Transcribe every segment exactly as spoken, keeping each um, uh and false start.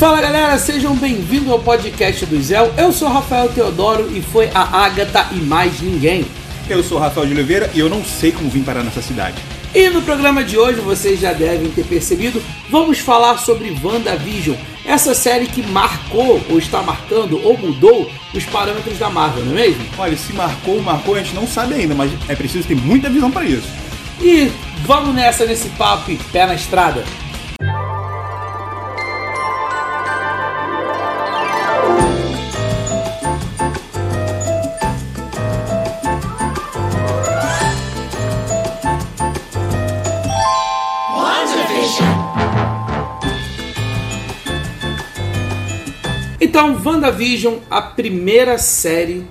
Fala galera, sejam bem-vindos ao podcast do Zé. Eu sou Rafael Teodoro e foi a Agatha e mais ninguém. Eu sou Rafael de Oliveira e eu não sei como vim parar nessa cidade. E no programa de hoje, vocês já devem ter percebido, vamos falar sobre WandaVision, essa série que marcou, ou está marcando, ou mudou os parâmetros da Marvel, não é mesmo? Olha, se marcou ou marcou, a gente não sabe ainda, mas é preciso ter muita visão para isso. E vamos nessa, nesse papo e pé na estrada. Então, WandaVision, a primeira série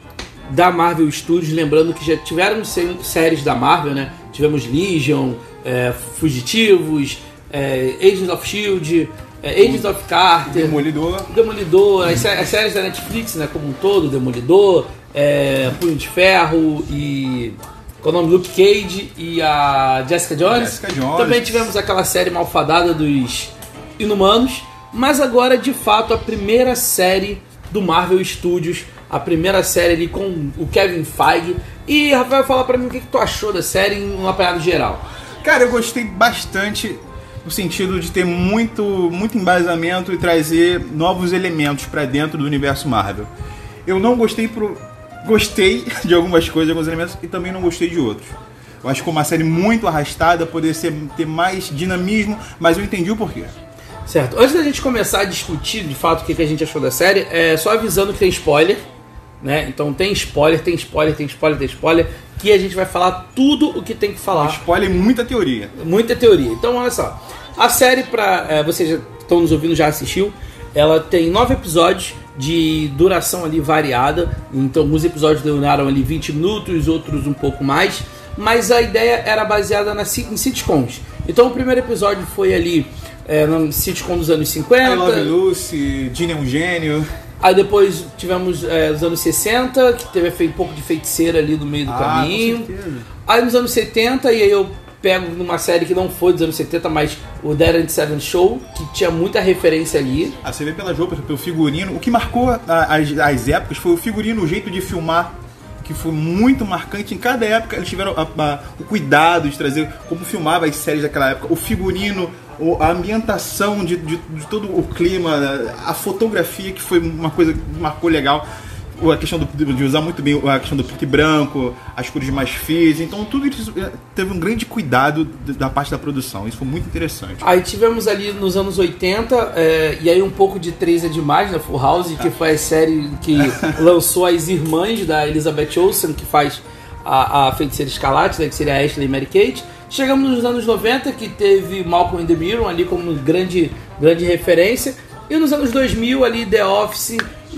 da Marvel Studios, lembrando que já tiveram séries da Marvel, né? Tivemos Legion, é, Fugitivos, é, Agents of Shield, é, Agents of Carter, Demolidor, Demolidor, as, as séries da Netflix, né, como um todo, Demolidor, é, Punho de Ferro e com o nome Luke Cage e a Jessica Jones. Jessica Jones. Também tivemos aquela série malfadada dos Inumanos. Mas agora, de fato, a primeira série do Marvel Studios, a primeira série ali com o Kevin Feige. E, Rafael, fala pra mim o que, que tu achou da série em uma apanhado geral. Cara, eu gostei bastante no sentido de ter muito, muito embasamento e trazer novos elementos pra dentro do universo Marvel. Eu não gostei pro... Gostei de algumas coisas, de alguns elementos, e também não gostei de outros. Eu acho que foi uma série muito arrastada, poderia ser, ter mais dinamismo, mas eu entendi o porquê. Certo. Antes da gente começar a discutir de fato o que a gente achou da série, é só avisando que tem spoiler, né? Então tem spoiler, tem spoiler, tem spoiler, tem spoiler, que a gente vai falar tudo o que tem que falar. Spoiler e muita teoria. Muita teoria. Então olha só, a série, pra, é, vocês já estão nos ouvindo, já assistiu, ela tem nove episódios de duração ali variada, então alguns episódios duraram ali vinte minutos, outros um pouco mais, mas a ideia era baseada na, em sitcoms. Então o primeiro episódio foi ali É, no sitcom dos anos cinquenta. I Love Lucy, Ginny é um gênio. Aí depois tivemos é, os anos sessenta, que teve um pouco de feiticeira ali no meio do ah, caminho. Com certeza. Aí nos anos setenta, e aí eu pego numa série que não foi dos anos setenta, mas o Dead and Seven Show, que tinha muita referência ali. Ah, você vê pelas roupas, pelo figurino. O que marcou as, as épocas foi o figurino, o jeito de filmar, que foi muito marcante. Em cada época eles tiveram a, a, o cuidado de trazer como filmava as séries daquela época, o figurino, a ambientação de, de, de todo o clima, a fotografia, que foi uma coisa que marcou legal, a questão do, de usar muito bem a questão do preto e branco, as cores mais frias. Então tudo isso teve um grande cuidado da parte da produção. Isso foi muito interessante. Aí tivemos ali nos anos oitenta, é, e aí um pouco de três é demais, né? Full House, que foi a série que lançou as irmãs da Elizabeth Olsen, que faz a, a Feiticeira Escarlate, né? Que seria a Ashley e Mary Kate. Chegamos nos anos noventa, que teve Malcolm in the Middle ali como grande, grande referência. E nos anos dois mil, ali The Office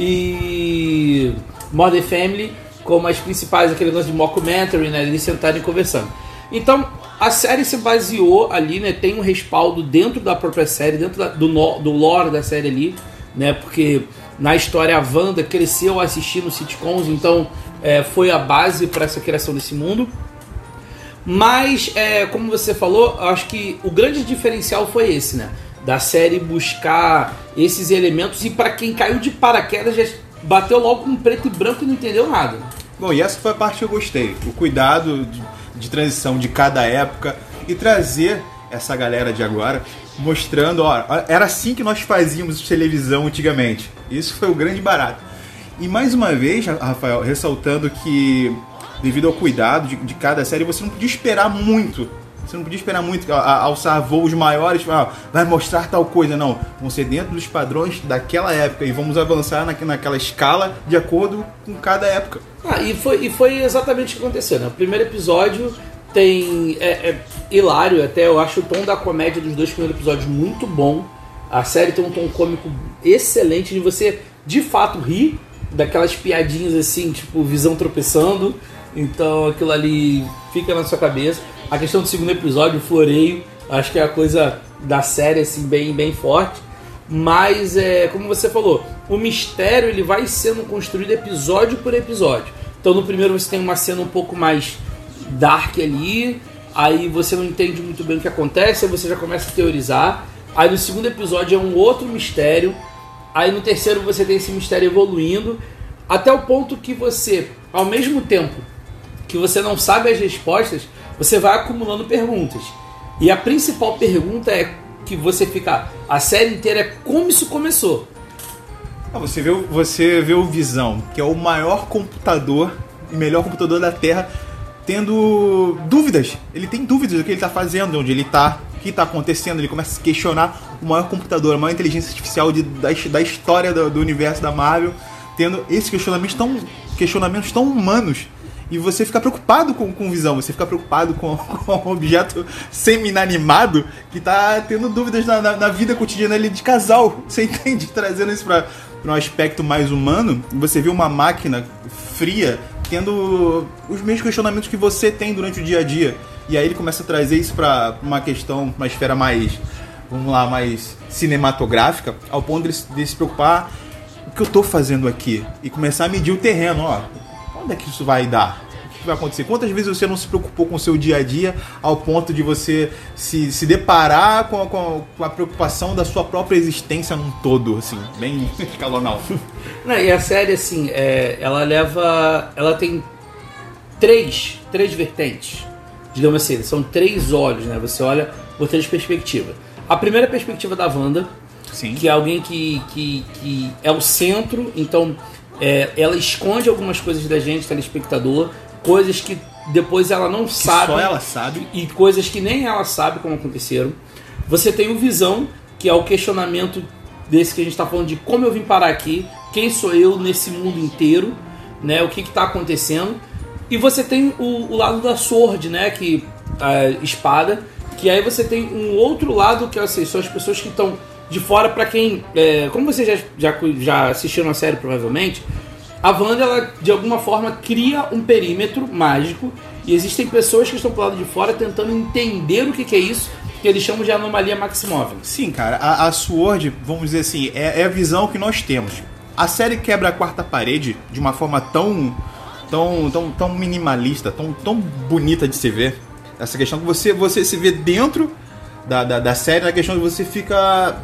e Modern Family como as principais, aquele negócio de mockumentary, né? Eles sentarem conversando. Então, a série se baseou ali, né? Tem um respaldo dentro da própria série, dentro da, do, no, do lore da série ali, né? Porque na história a Wanda cresceu assistindo sitcoms, então é, foi a base para essa criação desse mundo. Mas, é, como você falou, eu acho que o grande diferencial foi esse, né? Da série buscar esses elementos, e para quem caiu de paraquedas já bateu logo com preto e branco e não entendeu nada. Bom, e essa foi a parte que eu gostei. O cuidado de, de transição de cada época e trazer essa galera de agora mostrando, ó, era assim que nós fazíamos televisão antigamente. Isso foi o grande barato. E mais uma vez, Rafael, ressaltando que devido ao cuidado de, de cada série, você não podia esperar muito. Você não podia esperar muito a, a, alçar voos maiores, ah, vai mostrar tal coisa. Não, vão ser dentro dos padrões daquela época e vamos avançar na, naquela escala de acordo com cada época. Ah, e foi, e foi exatamente o que aconteceu, né? O primeiro episódio tem... É, é hilário até, eu acho o tom da comédia dos dois primeiros episódios muito bom. A série tem um tom cômico excelente, de você, de fato, rir daquelas piadinhas assim, tipo, Visão tropeçando. Então aquilo ali fica na sua cabeça. A questão do segundo episódio, o floreio, acho que é a coisa da série assim, bem, bem forte. Mas, é, como você falou, o mistério ele vai sendo construído episódio por episódio. Então no primeiro você tem uma cena um pouco mais dark ali, aí você não entende muito bem o que acontece, aí você já começa a teorizar. Aí no segundo episódio é um outro mistério. Aí no terceiro você tem esse mistério evoluindo. Até o ponto que você, ao mesmo tempo que você não sabe as respostas, você vai acumulando perguntas. E a principal pergunta é que você fica... A série inteira é como isso começou. Ah, você, vê, você vê o Visão, que é o maior computador, o melhor computador da Terra, tendo dúvidas. Ele tem dúvidas do que ele está fazendo, onde ele está, o que está acontecendo. Ele começa a se questionar o maior computador, a maior inteligência artificial de, da, da história do, do universo da Marvel, tendo esses questionamentos tão, questionamentos tão humanos. E você fica preocupado com, com Visão, você fica preocupado com, com um objeto semi-inanimado que está tendo dúvidas na, na, na vida cotidiana ali de casal. Você entende? Trazendo isso para um aspecto mais humano, você vê uma máquina fria tendo os mesmos questionamentos que você tem durante o dia a dia. E aí ele começa a trazer isso para uma questão, uma esfera mais, vamos lá, mais cinematográfica, ao ponto de, de se preocupar o que eu estou fazendo aqui e começar a medir o terreno, ó. Onde é que isso vai dar? O que vai acontecer? Quantas vezes você não se preocupou com o seu dia a dia ao ponto de você se, se deparar com a, com a preocupação da sua própria existência num todo, assim, bem escalonal. Não, e a série, assim, é, ela leva... Ela tem três, três vertentes, digamos assim, são três olhos, né? Você olha por três perspectivas. A primeira perspectiva da Wanda, Sim. que é alguém que, que, que é o centro, então... É, ela esconde algumas coisas da gente, telespectador, coisas que depois ela não que sabe. Só ela sabe. E coisas que nem ela sabe como aconteceram. Você tem o Visão, que é o questionamento desse que a gente está falando de como eu vim parar aqui, quem sou eu nesse mundo inteiro, né, o que está acontecendo. E você tem o, o lado da Sword, né, que, a espada, que aí você tem um outro lado que assim, são as pessoas que estão de fora. Para quem, é, como vocês já, já, já assistiram a série provavelmente, a Wanda, ela de alguma forma cria um perímetro mágico e existem pessoas que estão pro lado de fora tentando entender o que, que é isso, que eles chamam de anomalia Maximoff. Sim, cara, a, a Sword, vamos dizer assim, é, é a visão que nós temos. A série quebra a quarta parede de uma forma tão, tão, tão, tão minimalista, tão, tão bonita de se ver. Essa questão que você, você se vê dentro da, da, da série, na questão que você fica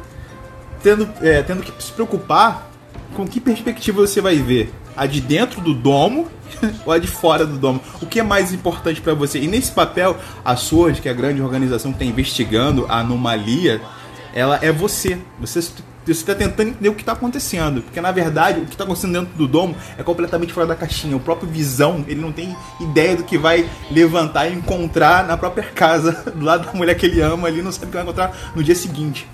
tendo, é, tendo que se preocupar com que perspectiva você vai ver. A de dentro do domo ou a de fora do domo. O que é mais importante para você? E nesse papel, a Sword, que é a grande organização que está investigando a anomalia, ela é você. Você está tentando entender o que está acontecendo. Porque, na verdade, o que está acontecendo dentro do domo é completamente fora da caixinha. O próprio Visão, ele não tem ideia do que vai levantar e encontrar na própria casa, do lado da mulher que ele ama ali, não sabe o que vai encontrar no dia seguinte.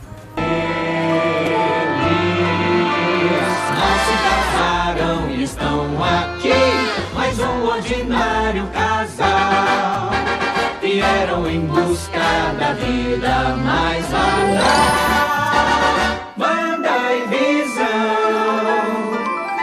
Estão aqui, mais um ordinário casal. Vieram em busca da vida mais banal. Wanda e Visão.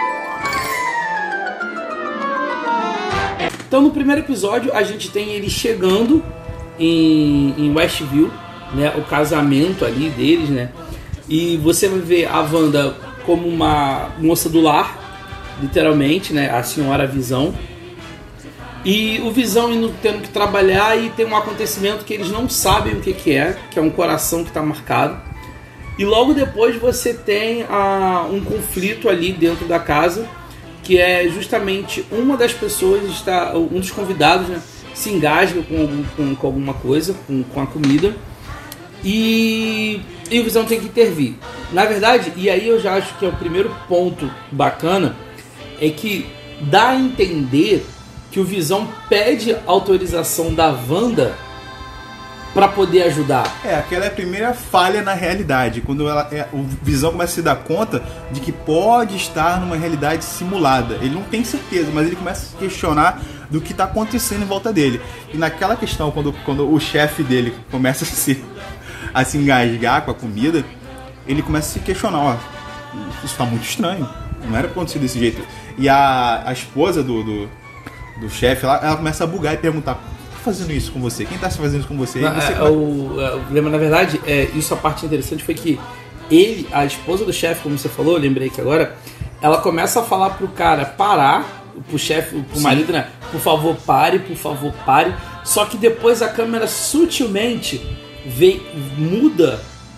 Então no primeiro episódio a gente tem ele chegando em, em Westview, né, o casamento ali deles, né? E você vai ver a Wanda como uma moça do lar, literalmente, né, a senhora Visão, e o Visão indo, tendo que trabalhar, e tem um acontecimento que eles não sabem o que, que é, que é um coração que está marcado, e logo depois você tem a, um conflito ali dentro da casa, que é justamente uma das pessoas, está, um dos convidados, né, se engasga com, com, com alguma coisa, com, com a comida, e, e o Visão tem que intervir. Na verdade, e aí eu já acho que é o primeiro ponto bacana, é que dá a entender que o Visão pede autorização da Wanda para poder ajudar. É, aquela é a primeira falha na realidade, quando ela, é, o Visão começa a se dar conta de que pode estar numa realidade simulada. Ele não tem certeza, mas ele começa a se questionar do que está acontecendo em volta dele. E naquela questão, quando, quando o chefe dele começa a se, a se engasgar com a comida, ele começa a se questionar, ó, isso está muito estranho, não era para acontecer desse jeito. E a, a esposa do, do, do chefe, ela, ela começa a bugar e perguntar: quem tá fazendo isso com você? Quem tá fazendo isso com você? Não, você é, o, é, na verdade, é, isso a parte interessante foi que ele, a esposa do chefe, como você falou, eu lembrei que agora, ela começa a falar pro cara parar, pro chefe, pro marido, né? Por favor, pare, por favor, pare. Só que depois a câmera sutilmente vem, muda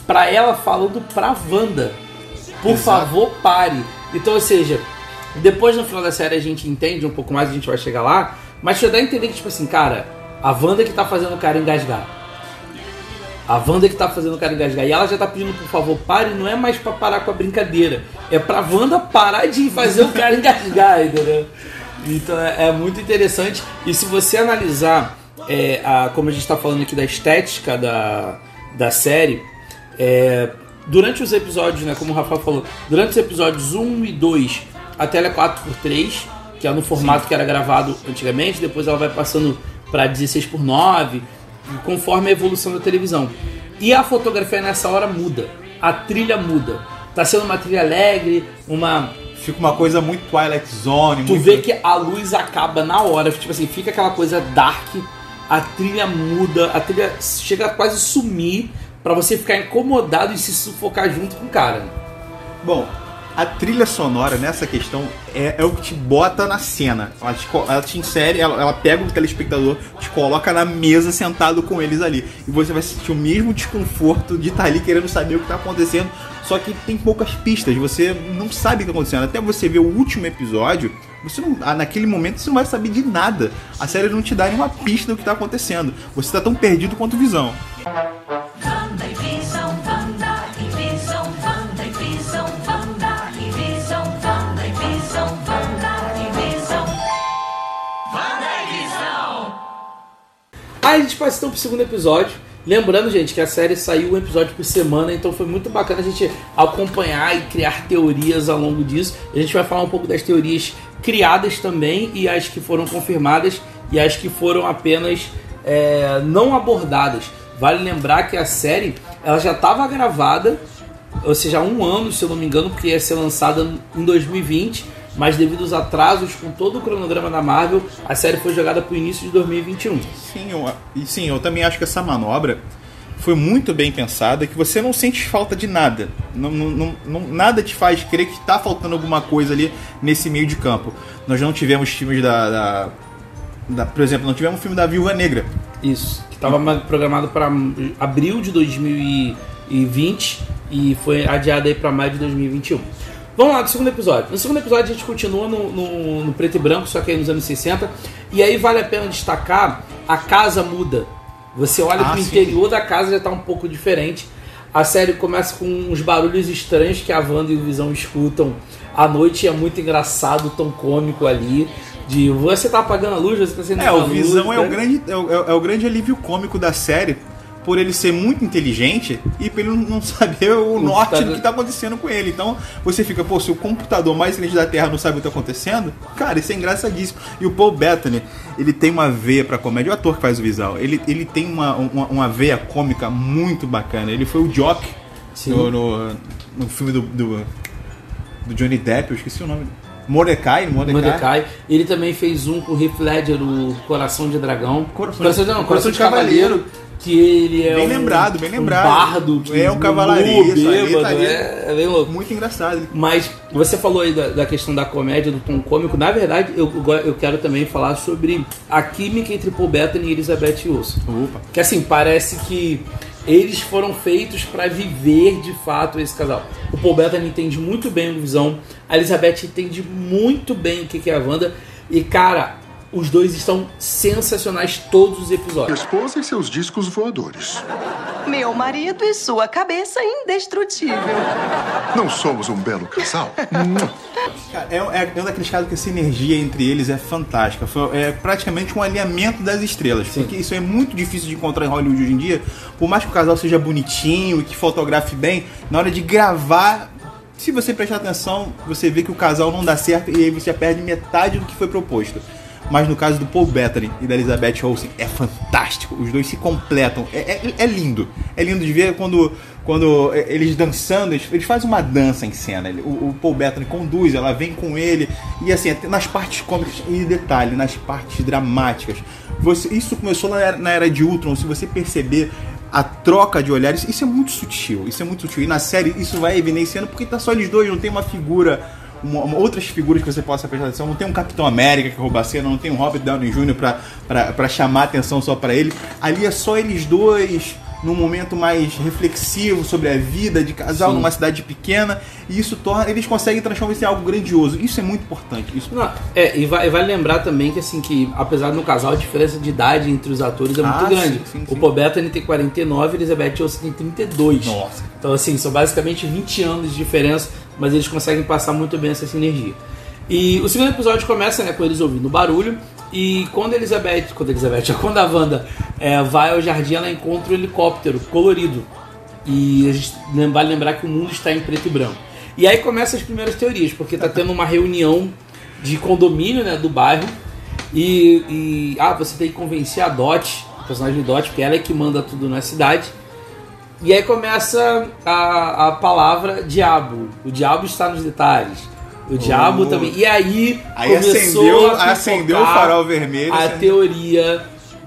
pra ela falando pra Wanda, por Exato. favor, pare. Então, ou seja, depois no final da série a gente entende um pouco mais, a gente vai chegar lá, mas já dá a entender que, tipo assim, cara, a Wanda que tá fazendo o cara engasgar. A Wanda que tá fazendo o cara engasgar. E ela já tá pedindo, por favor, pare, não é mais pra parar com a brincadeira. É pra Wanda parar de fazer o cara engasgar, entendeu? Então é, é muito interessante. E se você analisar, é, a, como a gente tá falando aqui da estética da, da série, é, durante os episódios, né, como o Rafael falou, durante os episódios um e dois, a tela é quatro por três, que é no formato Sim. que era gravado antigamente, depois ela vai passando para dezesseis por nove, conforme a evolução da televisão. E a fotografia nessa hora muda, a trilha muda. Tá sendo uma trilha alegre, uma... Fica uma coisa muito Twilight Zone. Tu muito... vê que a luz acaba na hora, tipo assim, fica aquela coisa dark, a trilha muda, a trilha chega a quase sumir pra você ficar incomodado e se sufocar junto com o cara. Bom, a trilha sonora nessa questão é, é o que te bota na cena. Ela te, ela te insere, ela, ela pega o telespectador, te coloca na mesa sentado com eles ali. E você vai sentir o mesmo desconforto de estar ali querendo saber o que está acontecendo. Só que tem poucas pistas, você não sabe o que está acontecendo. Até você ver o último episódio, você não, naquele momento você não vai saber de nada. A série não te dá nenhuma pista do que está acontecendo. Você está tão perdido quanto Visão. Aí a gente passa então pro segundo episódio. Lembrando, gente, que a série saiu um episódio por semana, então foi muito bacana a gente acompanhar e criar teorias ao longo disso. A gente vai falar um pouco das teorias criadas também e as que foram confirmadas e as que foram apenas é, não abordadas. Vale lembrar que a série ela já estava gravada, ou seja, há um ano, se eu não me engano, porque ia ser lançada em dois mil e vinte, mas devido aos atrasos com todo o cronograma da Marvel, a série foi jogada para o início de dois mil e vinte e um. Sim eu, e sim, eu também acho que essa manobra foi muito bem pensada, que você não sente falta de nada. Não, não, não, nada te faz crer que está faltando alguma coisa ali nesse meio de campo. Nós não tivemos filmes da... da, da por exemplo, não tivemos um filme da Viúva Negra. Isso, que estava programado para abril de dois mil e vinte e foi adiado aí para maio de dois mil e vinte e um. Vamos lá, do segundo episódio. No segundo episódio a gente continua no, no, no preto e branco, só que aí nos anos sessenta. E aí vale a pena destacar, a casa muda. Você olha ah, pro sim. interior da casa, já tá um pouco diferente. A série começa com uns barulhos estranhos que a Wanda e o Visão escutam à noite. E é muito engraçado, tão cômico ali. De você tá apagando a luz, você tá sendo É, o Visão luz, é, né? o grande, é, o, é o grande alívio cômico da série, por ele ser muito inteligente e por ele não saber o, o norte tá... do que está acontecendo com ele. Então você fica, pô, se o computador mais inteligente da Terra não sabe o que está acontecendo, cara, isso é engraçadíssimo. E o Paul Bettany, ele tem uma veia pra comédia, o ator que faz o Visão, ele, ele tem uma, uma, uma veia cômica muito bacana. Ele foi o Jock no, no, no filme do, do, do Johnny Depp, eu esqueci o nome. Mordecai, Mordecai. Mordecai. Ele também fez um com o Heath Ledger, o Coração de Dragão. Coração, Coração, não, Coração, Coração de, de Cavaleiro. Cavaleiro. Que ele é bem um, lembrado, bem lembrado. um bardo, que é um cavalaria, bêbado, tá é, é bem louco. Muito engraçado. Mas você falou aí da, da questão da comédia, do tom cômico. Na verdade, eu, eu quero também falar sobre a química entre Paul Bettany e Elizabeth Olsen. Opa. Que assim, parece que eles foram feitos para viver de fato esse casal. O Paul Bettany entende muito bem o Visão, a Elizabeth entende muito bem o que é a Wanda. E cara, os dois estão sensacionais todos os episódios. Esposa e seus discos voadores. Meu marido e sua cabeça indestrutível. Não somos um belo casal? Cara, é, é, é um daqueles casos que essa energia entre eles é fantástica. Foi, é praticamente um alinhamento das estrelas. Sim. Porque isso é muito difícil de encontrar em Hollywood hoje em dia. Por mais que o casal seja bonitinho e que fotografe bem, na hora de gravar, se você prestar atenção, você vê que o casal não dá certo e aí você perde metade do que foi proposto. Mas no caso do Paul Bettany e da Elizabeth Olsen, é fantástico. Os dois se completam. É, é, é lindo. É lindo de ver quando, quando eles dançando, eles, eles fazem uma dança em cena. O, o Paul Bettany conduz, ela vem com ele. E assim, nas partes cômicas, e detalhe, nas partes dramáticas. Você, isso começou na era, na era de Ultron. Se você perceber a troca de olhares, isso é muito sutil. Isso é muito sutil. E na série isso vai evidenciando porque tá só eles dois, não tem uma figura... Uma, uma, outras figuras que você possa prestar atenção. Não tem um Capitão América que rouba a cena, não tem um Robert Downey júnior pra, pra, pra chamar a atenção só pra ele. Ali é só eles dois num momento mais reflexivo sobre a vida de casal, Sim. numa cidade pequena, e isso torna, eles conseguem transformar isso em algo grandioso. Isso é muito importante. Isso... Não, é, e vai, e vale lembrar também que, assim, que apesar do casal, a diferença de idade entre os atores é muito Ah, grande. sim, sim, o sim. Paul Bettany tem quarenta e nove, a Elizabeth Olsen tem trinta e dois. Nossa. Então, assim, são basicamente vinte anos de diferença, mas eles conseguem passar muito bem essa sinergia. E o segundo episódio começa, né, com eles ouvindo barulho, e quando a Elizabeth, quando a Elizabeth, quando a Wanda é, vai ao jardim, ela encontra um helicóptero colorido. E a gente vale lembrar que o mundo está em preto e branco. E aí começam as primeiras teorias, porque tá tendo uma reunião de condomínio, né, do bairro, e, e ah, você tem que convencer a Dot, a personagem Dot, porque ela é que manda tudo na cidade. E aí começa a, a palavra diabo. O diabo está nos detalhes. O diabo Oh. também. E aí, Aí começou acendeu, a pipocar acendeu o farol vermelho. a acendeu- teoria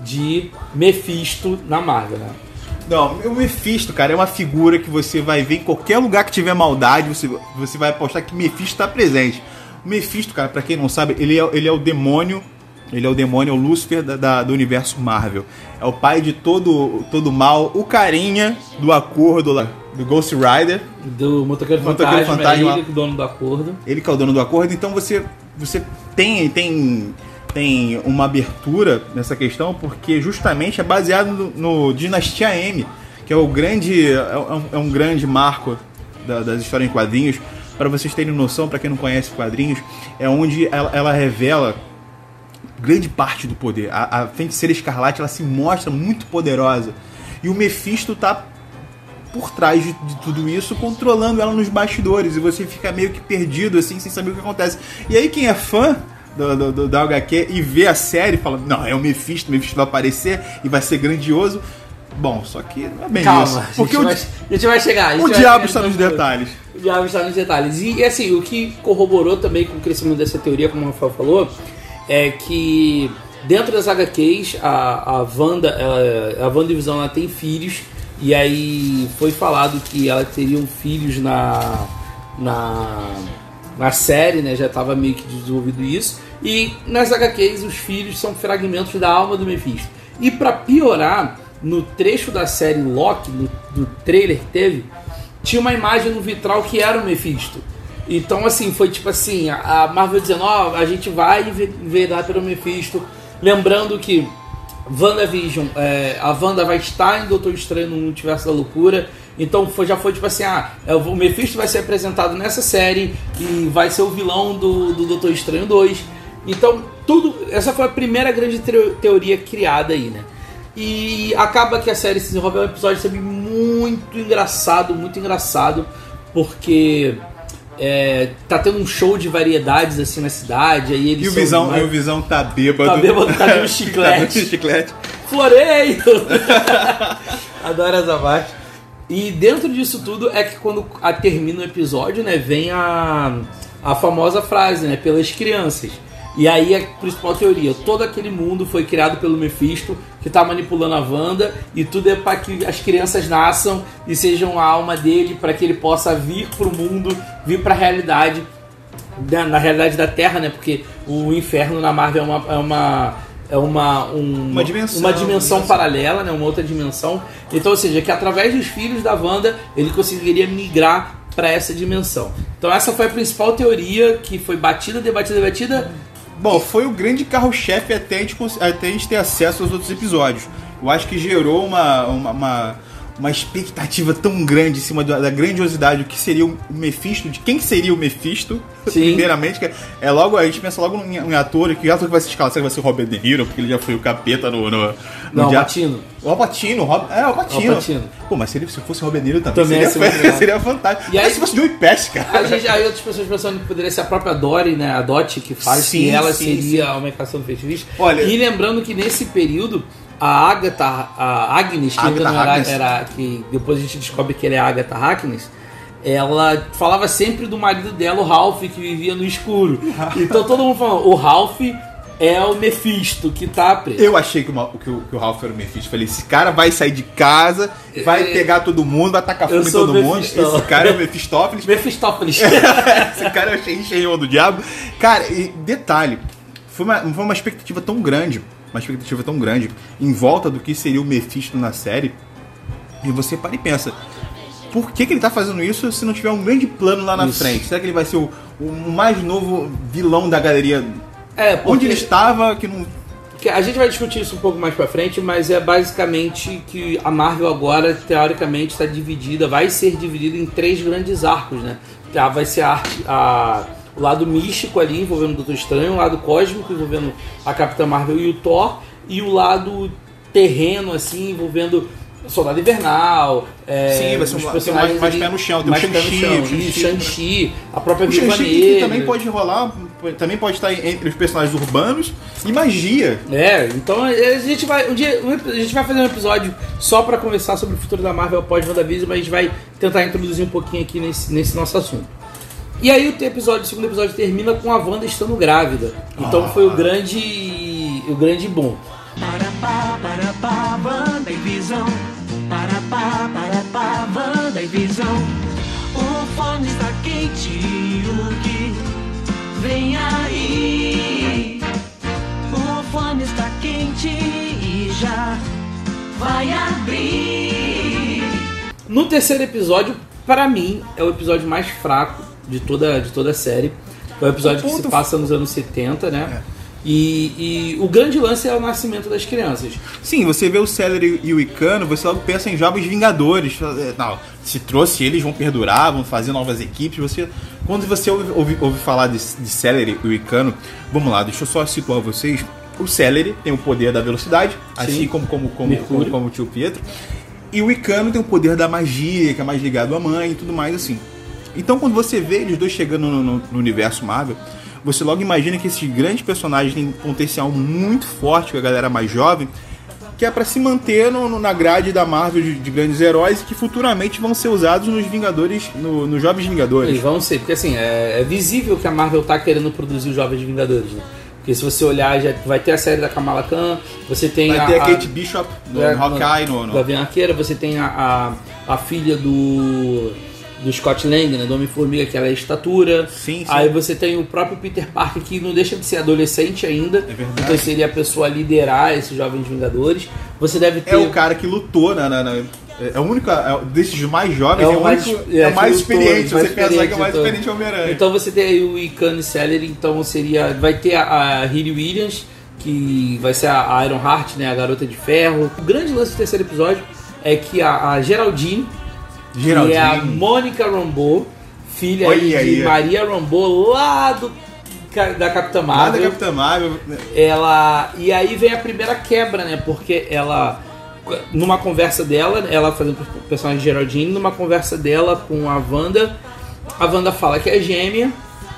de Mephisto na Marvel, né? Não, o Mephisto, cara, é uma figura que você vai ver em qualquer lugar que tiver maldade, você, você vai apostar que Mephisto está presente. O Mephisto, cara, pra quem não sabe, ele é, ele é o demônio, ele é o demônio, é o Lúcifer da, da- do universo Marvel. É o pai de todo, todo mal, o carinha do acordo lá, do Ghost Rider, Do Motoqueiro Motoqueiro Fantasma, Fantasma. é ele, o dono do acordo. ele que é o dono do acordo, então você, você tem, tem, tem uma abertura nessa questão, porque justamente é baseado no, no Dinastia M, que é o grande, é um, é um grande marco da- das histórias em quadrinhos. Para vocês terem noção, para quem não conhece quadrinhos, é onde ela, ela revela grande parte do poder. A, a Feiticeira Escarlate, ela se mostra muito poderosa, e o Mephisto tá por trás de, de tudo isso, controlando ela nos bastidores, e você fica meio que perdido, assim, sem saber o que acontece. E aí quem é fã do, do, do, da H Q e vê a série, fala, não, é o Mephisto, o Mephisto vai aparecer e vai ser grandioso. Bom, só que não é bem Calma, isso. a gente, Porque o, vai, a gente vai chegar. a gente o vai diabo chegar está nos no- detalhes. O diabo está nos detalhes. E, e, assim, o que corroborou também com o crescimento dessa teoria, como o Rafael falou, é que dentro das H Qs, a, a Wanda, ela, a WandaVision, ela tem filhos, e aí foi falado que ela teriam filhos na, na, na série, né? Já estava meio que desenvolvido isso. E nas H Qs, os filhos são fragmentos da alma do Mephisto. E para piorar, no trecho da série Loki, no, do trailer que teve, tinha uma imagem no vitral que era o Mephisto. Então, assim, foi tipo assim, a a Marvel dizendo, ó, a gente vai enveredar pelo Mephisto. Lembrando que WandaVision, é, a Wanda vai estar em Doutor Estranho no Multiverso da Loucura. Então foi, já foi tipo assim, ah, é, o Mephisto vai ser apresentado nessa série e vai ser o vilão do, do Doutor Estranho dois. Então, tudo, essa foi a primeira grande teo- teoria criada aí, né? E acaba que a série se desenvolve, é um episódio também muito engraçado, muito engraçado, porque é, tá tendo um show de variedades assim na cidade, aí eles E o são Visão, mais- e o Visão tá bêbado. Tá bêbado, tá de um chiclete. Tá de um chiclete. Floreio! Adoro essa parte. E dentro disso tudo é que quando a, termina o episódio, né, vem a, a famosa frase, né, pelas crianças. E aí a principal teoria, todo aquele mundo foi criado pelo Mephisto, que tá manipulando a Wanda, e tudo é para que as crianças nasçam e sejam a alma dele, para que ele possa vir pro mundo, vir pra realidade, na, na realidade da Terra, né, porque o inferno na Marvel é uma... É uma É uma, um, Uma dimensão, uma dimensão dimensão. paralela, né? Uma outra dimensão. Então, ou seja, que através dos filhos da Wanda ele conseguiria migrar para essa dimensão. Então, essa foi a principal teoria que foi batida, debatida, debatida. Bom, foi o grande carro-chefe até a, gente, cons- até a gente ter acesso aos outros episódios. Eu acho que gerou uma, uma, uma, uma expectativa tão grande em cima da, da grandiosidade do que seria o Mephisto, de quem seria o Mephisto, Sim. primeiramente. Que é logo, a gente pensa logo em, em ator, que ator que vai ser escalado? Será que vai ser o Robert De Niro, porque ele já foi o capeta no... no, no Não, dia- Patino. O Alpatino, Rob... é, o Alpatino. Al Pacino. Pô, mas se, ele, se fosse o Robert De Niro também, Também ia ser muito seria, legal. seria fantástico. E aí- Mas se fosse Joey Pesci, cara. A gente, aí outras pessoas pensando que poderia ser a própria Dory, né? A Dot que faz, Sim, que ela sim, seria sim. a aumentação do feitiço. Olha- E lembrando que nesse período, a Agatha, a Agnes, que ainda Agatha não era, Harkness. era. Que depois a gente descobre que ele é a Agatha Harkness. Ela falava sempre do marido dela, o Ralph, que vivia no escuro. Então todo mundo falando, o Ralph é o Mephisto que tá preso. Eu achei que o, Ma- que o, que o Ralph era o Mephisto. Falei, esse cara vai sair de casa, vai É. pegar todo mundo, vai tacar Eu fogo em sou todo o mundo. Mephisto. Esse cara é o Mephistófeles. Mephistófeles. Esse cara é o cheio, cheio do diabo. Cara, e detalhe, foi uma, foi uma expectativa tão grande, uma expectativa tão grande em volta do que seria o Mephisto na série, E você para e pensa, por que, que ele tá fazendo isso se não tiver um grande plano lá na Isso. frente? Será que ele vai ser o, o mais novo vilão da galeria? É, porque... Onde ele estava, que não... Que a gente vai discutir isso um pouco mais pra frente, mas é basicamente que a Marvel agora, teoricamente, está dividida, vai ser dividida em três grandes arcos, né? Ah, vai ser a, arte- a- o lado místico ali, envolvendo o Doutor Estranho, o lado cósmico, envolvendo a Capitã Marvel e o Thor, e o lado terreno, assim, envolvendo o Soldado Invernal, é, Sim, vai ser os um- personagens mais- mais ali- pé no chão, tem o mais pé no Shang-Chi, chão, o Shang-Chi, e Shang-Chi, a própria O Viúva Shang-Chi Negra. que também pode rolar, também pode estar entre os personagens urbanos e magia. É, então a gente vai um dia um ep- a gente vai fazer um episódio só pra conversar sobre o futuro da Marvel após WandaVision, mas a gente vai tentar introduzir um pouquinho aqui nesse, nesse nosso assunto. E aí o episódio, o segundo episódio termina com a Wanda estando grávida. Então Ah. foi o grande o grande bom. Para pá, para pá, Wanda e Visão. Para pá, para pá, Wanda e Visão. O fone está quente, o que vem aí? O fone está quente e já vai abrir. No terceiro episódio, pra mim, é o episódio mais fraco de toda, de toda a série. É o episódio O que se ponto- passa nos anos setenta, né? E, e o grande lance é o nascimento das crianças. Sim, você vê o Celery e o Icano, você logo pensa em Jovens Vingadores. Não, se trouxe eles, vão perdurar, vão fazer novas equipes. Você, quando você ouve, ouve, ouve falar de, de Celery e o Icano, vamos lá, deixa eu só situar vocês. O Celery tem o poder da velocidade, assim como, como, como, Mercúrio. como, como o tio Pietro. E o Icano tem o poder da magia, que é mais ligado à mãe e tudo mais assim. Então quando você vê eles dois chegando no, no- no universo Marvel, você logo imagina que esses grandes personagens têm um potencial muito forte com a galera mais jovem, que é pra se manter no- no- na grade da Marvel de, de grandes heróis e que futuramente vão ser usados nos Vingadores, no- nos Jovens Vingadores. Eles vão ser, porque assim, é, é visível que a Marvel tá querendo produzir os Jovens Vingadores, né? Porque se você olhar, já vai ter a série da Kamala Khan, você tem Vai a, ter a a- Kate Bishop no, é, no Hawkeye, no, no, Gavião Arqueira, você tem a, a, a filha do, do Scott Lang, né, do Homem-Formiga, que ela é estatura. Sim, sim. Aí você tem o próprio Peter Parker, que não deixa de ser adolescente ainda. É verdade. Então seria a pessoa a liderar esses Jovens Vingadores. Você deve ter... É o cara que lutou na... na- na- é o único... é o- desses mais jovens, É é o o, mais- único, é, é o mais que lutou, experiente. mais Você pensar que é o mais experiente, então. experiente Homem-Aranha. Então você tem aí o Icano e Celery, então seria... Vai ter a, a Riri Williams, que vai ser a Iron Heart, né, a Garota de Ferro. O grande lance do terceiro episódio é que a, a Geraldine, Geraldine. que é a Mônica Rambeau, filha Olha aí de aí. Maria Rambeau, lá do, ca- da Capitã Lá da Marvel. Capitã Marvel. Ela e aí vem a primeira quebra, né? Porque ela numa conversa dela, ela fazendo o personagem de Geraldine, numa conversa dela com a Wanda, a Wanda fala que é gêmea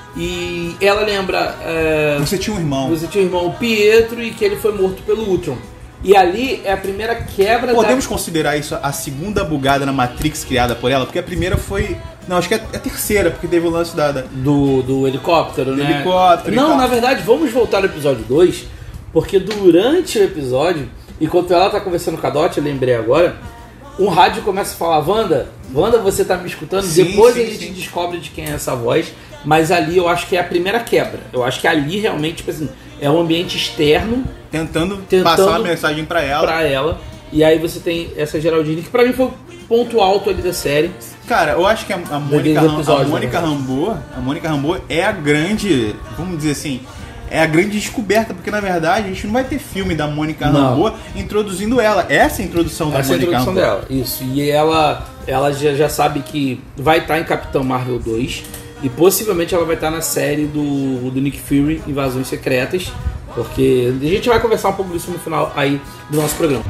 e ela lembra é, Você tinha um irmão. você tinha o irmão Pietro e que ele foi morto pelo Ultron. E ali é a primeira quebra Podemos da... considerar isso a segunda bugada na Matrix criada por ela? Porque a primeira foi... Não, acho que é a terceira, porque teve o lance da... da... do, do helicóptero, Do né? helicóptero e Não, tal. na verdade, vamos voltar ao episódio dois, porque durante o episódio, enquanto ela tá conversando com a Dot, eu lembrei agora, um rádio começa a falar, Wanda, Wanda, você tá me escutando? Sim, Depois sim, a gente sim. descobre de quem é essa voz, mas ali eu acho que é a primeira quebra. Eu acho que ali realmente, tipo assim, é um ambiente externo Tentando, Tentando passar uma mensagem pra ela. pra ela, e aí você tem essa Geraldine, que pra mim foi o ponto alto ali da série. Cara, eu acho que a, a Mônica, do Ram- episódio, a Mônica né? Rambeau, a Mônica Rambeau é a grande, vamos dizer assim, é a grande descoberta, porque na verdade a gente não vai ter filme da Mônica Não. Rambeau introduzindo ela. Essa é a introdução da Essa é a Mônica introdução Rambeau. dela, isso. E ela, ela já, já sabe que vai estar em Capitão Marvel dois e possivelmente ela vai estar na série do, do Nick Fury, Invasões Secretas, porque a gente vai conversar um pouco disso no final aí do nosso programa.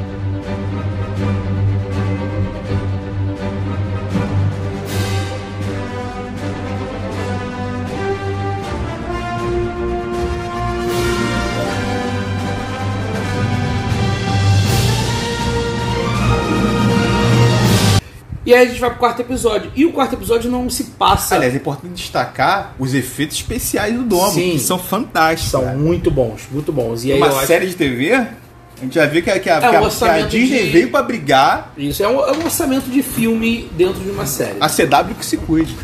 E aí a gente vai pro quarto episódio. E o quarto episódio não se passa. Aliás, é importante destacar os efeitos especiais do Domo, Sim. que são fantásticos. São cara. muito bons, muito bons. E aí Uma eu acho série de T V, a gente já vê que a, que a, É, que a- um que a orçamento Disney de- veio pra brigar, isso é um, é um orçamento de filme dentro de uma série. a C W que se cuide.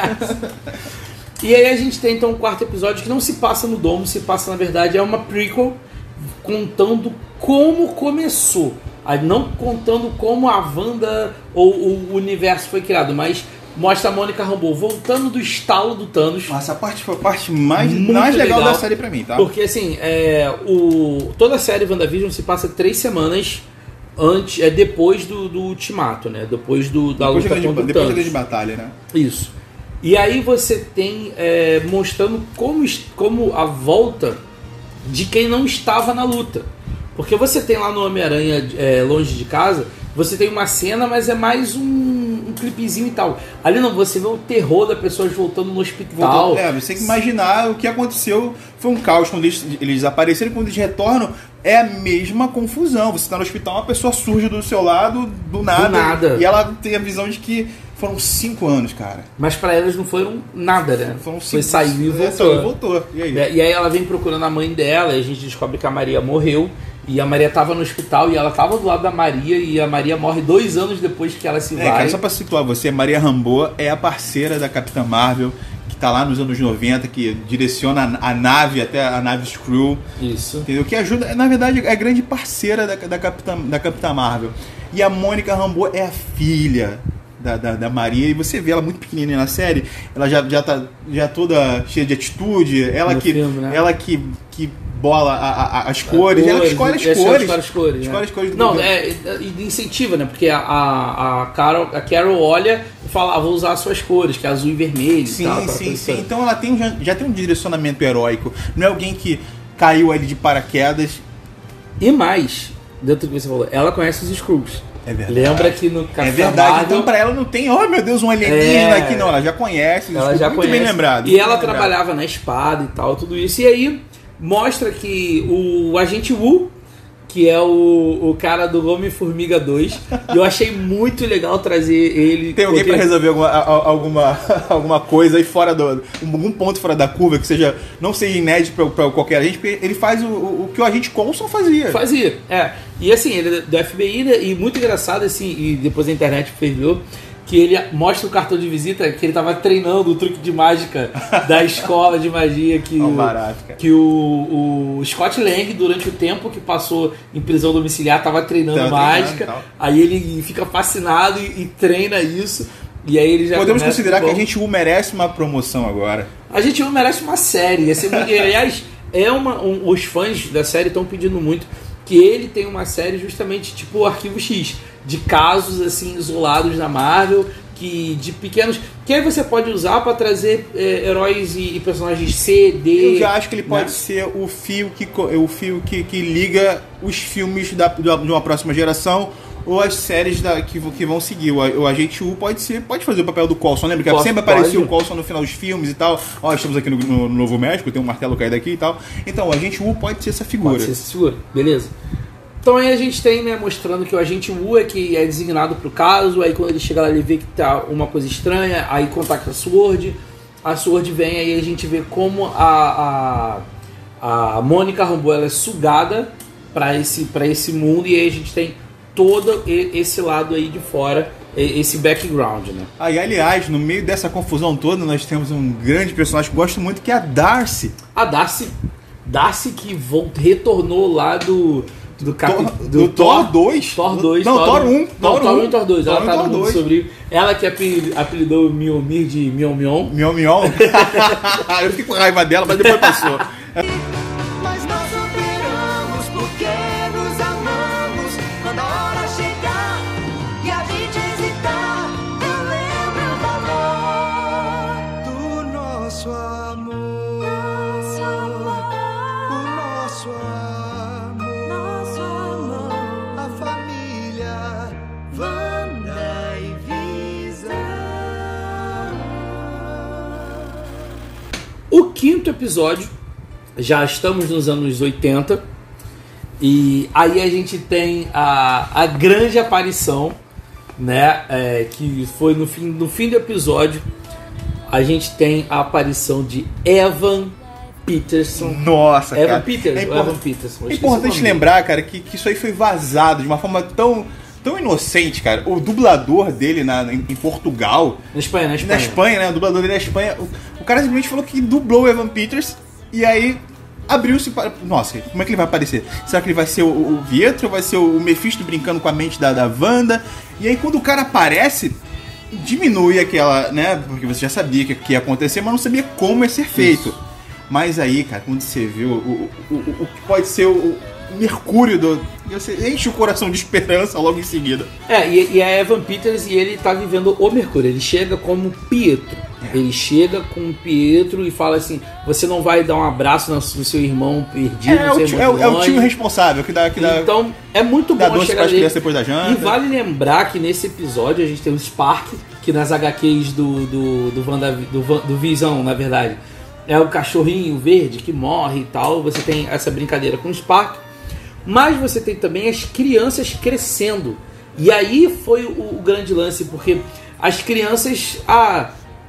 E aí a gente tem então um quarto episódio que não se passa no domo, se passa na verdade é uma prequel contando como começou. Aí não contando como a Wanda ou o universo foi criado, mas mostra a Mônica Rambeau voltando do estalo do Thanos. Essa parte foi a parte mais, Muito mais legal, legal da série pra mim, tá? Porque assim, é, o, toda a série WandaVision se passa três semanas antes, é depois do, do ultimato, né? Depois do, da Depois, luta da, contra o depois da Thanos. grande batalha, né? Isso. E aí você tem é, mostrando como, como a volta de quem não estava na luta. Porque você tem lá no Homem-Aranha é, Longe de Casa, você tem uma cena, mas é mais um, um clipezinho e tal. Ali não, você vê o terror das pessoas voltando no hospital. Voltou, é, você tem que imaginar o que aconteceu. Foi um caos quando eles, eles apareceram e quando eles retornam, é a mesma confusão. Você está no hospital, uma pessoa surge do seu lado, do nada. Do nada. E ela tem a visão de que foram cinco anos, cara. Mas pra elas não foram nada, né? Foram cinco, Foi saiu e voltou. É, saiu e voltou. E aí? E aí ela vem procurando a mãe dela, e a gente descobre que a Maria morreu. E a Maria tava no hospital e ela tava do lado da Maria, e a Maria morre dois anos depois que ela se É, vai. cara, só pra situar você, Maria Rambeau é a parceira da Capitã Marvel, que tá lá nos anos noventa, que direciona a nave até a nave Skrull. Isso. Entendeu? Que ajuda, na verdade, é a grande parceira da, da, Capitã, da Capitã Marvel. E a Mônica Rambeau é a filha da, da, da Maria, e você vê ela muito pequenininha na série, ela já, já tá já toda cheia de atitude, ela No que, filme, né? ela que, que bola a, a, as cores, ela que escolhe as ela cores. Escolhe as cores, Escolhe né? as cores do Não, do- é, é, incentiva, né? Porque a, a, a, Carol, a Carol olha e fala, ah, vou usar as suas cores, que é azul e vermelho. Sim, e tal, aquela sim, coisa sim. toda. Então ela tem, já, já tem um direcionamento heróico. Não é alguém que caiu ali de paraquedas. E mais, dentro do que você falou, ela conhece os Skrulls. É verdade. Lembra que no Capitão É verdade, Marvel, então pra ela não tem, oh meu Deus, um alienígena É. aqui, não. Ela já conhece, ela já muito conhece. bem lembrado. E muito ela bem lembrado. trabalhava na espada e tal, tudo isso. E aí mostra que o agente Wu, que é o, o cara do Homem-Formiga dois, e eu achei muito legal trazer ele. Tem alguém porque- pra resolver alguma, a- alguma, alguma coisa aí fora do. algum ponto fora da curva que seja. Não seja inédito pra, pra qualquer agente, porque ele faz o, o, o que o agente Coulson fazia. Fazia, é. E assim, ele é do F B I, né? E muito engraçado, assim, e depois a internet fervilhou, que ele mostra o cartão de visita que ele tava treinando o truque de mágica da escola de magia que, Ó, o, barato, cara. que o, o Scott Lang, durante o tempo que passou em prisão domiciliar, tava treinando Tava mágica. treinando e tal. Aí ele fica fascinado e, e treina isso. E aí ele já Podemos começa considerar bom. que a gente U merece uma promoção agora. A gente não merece uma série. Ia ser muito... Aliás, é uma, um, os fãs da série estão pedindo muito que ele tenha uma série justamente tipo o Arquivo X, de casos assim isolados da Marvel, que de pequenos, que aí você pode usar para trazer é, heróis e, e personagens C, D. Eu já acho que ele pode né? ser o fio que co- o fio que, que liga os filmes da, de uma próxima geração ou as séries da, que, que vão seguir. O, o Agente U pode ser, pode fazer o papel do Coulson, lembra que Pode, sempre aparecia pode. o Coulson no final dos filmes e tal. Ó, estamos aqui no, no- no Novo México, tem um martelo caído aqui e tal. Então, o Agente U pode ser essa figura. Pode ser esse seguro, beleza. Então aí a gente tem, né, mostrando que o agente Wu é que é designado pro caso, aí quando ele chega lá ele vê que tá uma coisa estranha, aí contacta a Sword, a Sword vem, aí a gente vê como a, a, a Mônica Rambeau ela é sugada para esse, pra esse mundo, e aí a gente tem todo e- esse lado aí de fora, e- esse background, né. Ah, e aliás, no meio dessa confusão toda, nós temos um grande personagem que eu gosto muito, que é a Darcy. A Darcy, Darcy que volt, retornou lá do... Do, cap, Thor- do Thor dois? Thor dois. Não, Thor um. Não, Thor Thor um. um e Thor dois. Ela Thor um, tá Thor no mundo dois. sobre. Ela que apel- apelidou o Mjolnir de Mjolnir. Mion Mion. Eu fiquei com raiva dela, mas depois passou. Mas nós superamos porque nos amamos. Quando a hora chegar e a gente hesitar, eu lembro o valor do nosso amor. Nosso amor. O nosso amor. Nosso amor. A família Wanda e Visão. O quinto episódio, já estamos nos anos oitenta, e aí a gente tem a, a grande aparição, né, é, que foi no fim, no fim do episódio, a gente tem a aparição de Evan Peterson. Nossa, Evan cara. Peters, É ou impor- Evan Peterson. eu É esqueci o importante nome dele. lembrar, cara, que, que isso aí foi vazado de uma forma tão, tão inocente, cara. O dublador dele na, em, em Portugal, Na Espanha, na na Espanha. Espanha, né? O dublador dele na Espanha, o, o cara simplesmente falou que dublou o Evan Peters e aí abriu-se para... Nossa, como é que ele vai aparecer? Será que ele vai ser o, o Pietro? Vai ser o Mephisto brincando com a mente da, da Wanda? E aí quando o cara aparece, diminui aquela, né? Porque você já sabia que, que ia acontecer, mas não sabia como ia ser feito. Isso. Mas aí, cara, quando você viu o, o, o, o que pode ser o, o Mercúrio do... Você enche o coração de esperança logo em seguida. É, e, e é Evan Peters e ele tá vivendo o Mercúrio. Ele chega como Pietro. É. Ele chega com o Pietro e fala assim: você não vai dar um abraço no, no seu irmão perdido. É, é, o tio, é, é o tio responsável que dá, que dá. Então é muito dá bom doce chegar crianças depois da janta. E vale lembrar que nesse episódio a gente tem o Spark, que nas agá quês do, do, do, Wanda, do, do Visão, na verdade, é o cachorrinho verde que morre e tal. Você tem essa brincadeira com o Spark. Mas você tem também as crianças crescendo. E aí foi o, o grande lance, porque as crianças, ah,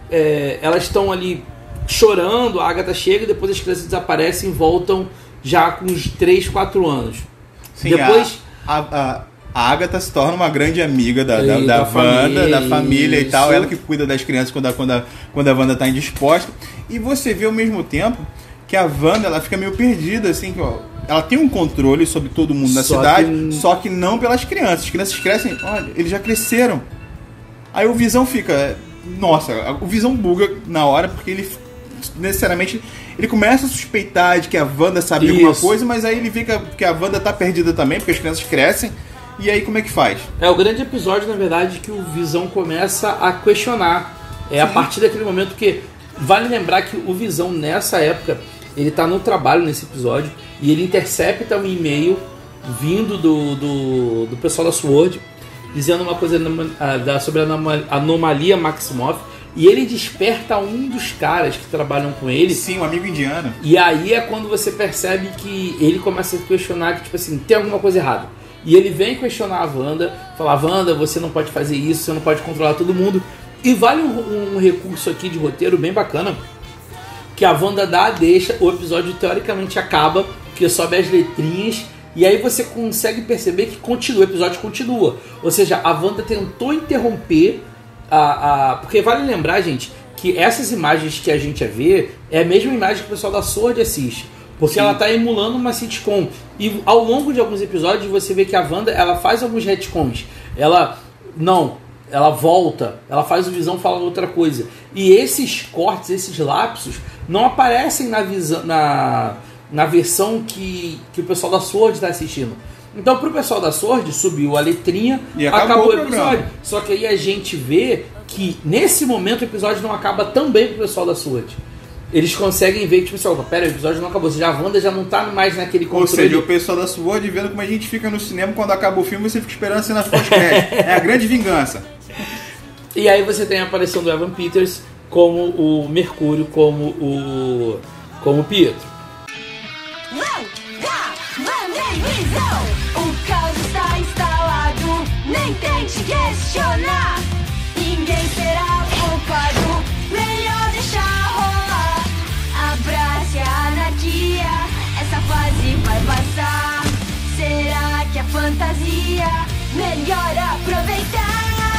é, elas estão ali chorando, a Agatha chega e depois as crianças desaparecem e voltam já com uns três, quatro anos. Sim, depois a, a, a Agatha se torna uma grande amiga da, e, da, da, da Wanda, família, da família isso. E tal. Ela que cuida das crianças quando a, quando a, quando a Wanda está indisposta. E você vê ao mesmo tempo que a Wanda, ela fica meio perdida, assim, que, ó, ela tem um controle sobre todo mundo na só cidade, que... só que não pelas crianças. As crianças crescem, olha, eles já cresceram. Aí o Visão fica... Nossa, o Visão buga na hora, porque ele necessariamente... Ele começa a suspeitar de que a Wanda sabe Isso. alguma coisa, mas aí ele vê que a, que a Wanda tá perdida também, porque as crianças crescem. E aí como é que faz? É o grande episódio, na verdade, que o Visão começa a questionar. É Sim. a partir daquele momento que... Vale lembrar que o Visão, nessa época... Ele tá no trabalho nesse episódio e ele intercepta um e-mail vindo do, do, do pessoal da SWORD dizendo uma coisa sobre a anomalia Maximoff, e ele desperta um dos caras que trabalham com ele. Sim, um amigo indiano. E aí é quando você percebe que ele começa a questionar que, tipo assim, tem alguma coisa errada. E ele vem questionar a Wanda, falar: Wanda, você não pode fazer isso, você não pode controlar todo mundo. E vale um, um recurso aqui de roteiro bem bacana, que a Wanda dá a deixa, o episódio teoricamente acaba, porque sobe as letrinhas, e aí você consegue perceber que continua, o episódio continua. Ou seja, a Wanda tentou interromper a... a porque vale lembrar, gente, que essas imagens que a gente vê é a mesma imagem que o pessoal da SWORD assiste. Porque Sim. ela está emulando uma sitcom. E ao longo de alguns episódios você vê que a Wanda, ela faz alguns retcons. Ela... Não... Ela volta, ela faz o Visão falar outra coisa. E esses cortes, esses lapsos, não aparecem na, visão, na, na versão que, que o pessoal da SWORD está assistindo. Então, pro pessoal da SWORD, subiu a letrinha e acabou, acabou o episódio. Só que aí a gente vê que, nesse momento, o episódio não acaba tão bem pro pessoal da SWORD. Eles conseguem ver que, tipo assim, ó, pera, o episódio não acabou. Ou seja, a Wanda já não tá mais naquele controle. Ou seja, o pessoal da SWORD vendo como a gente fica no cinema quando acaba o filme, você fica esperando a cena pós-crédito. É a grande vingança. E aí você tem a aparição do Evan Peters como o Mercúrio, como o como o Pietro. O caos está instalado, nem tente questionar. Ninguém será culpado, melhor deixar rolar. Abrace a anarquia, essa fase vai passar. Será que a fantasia melhor aproveitar?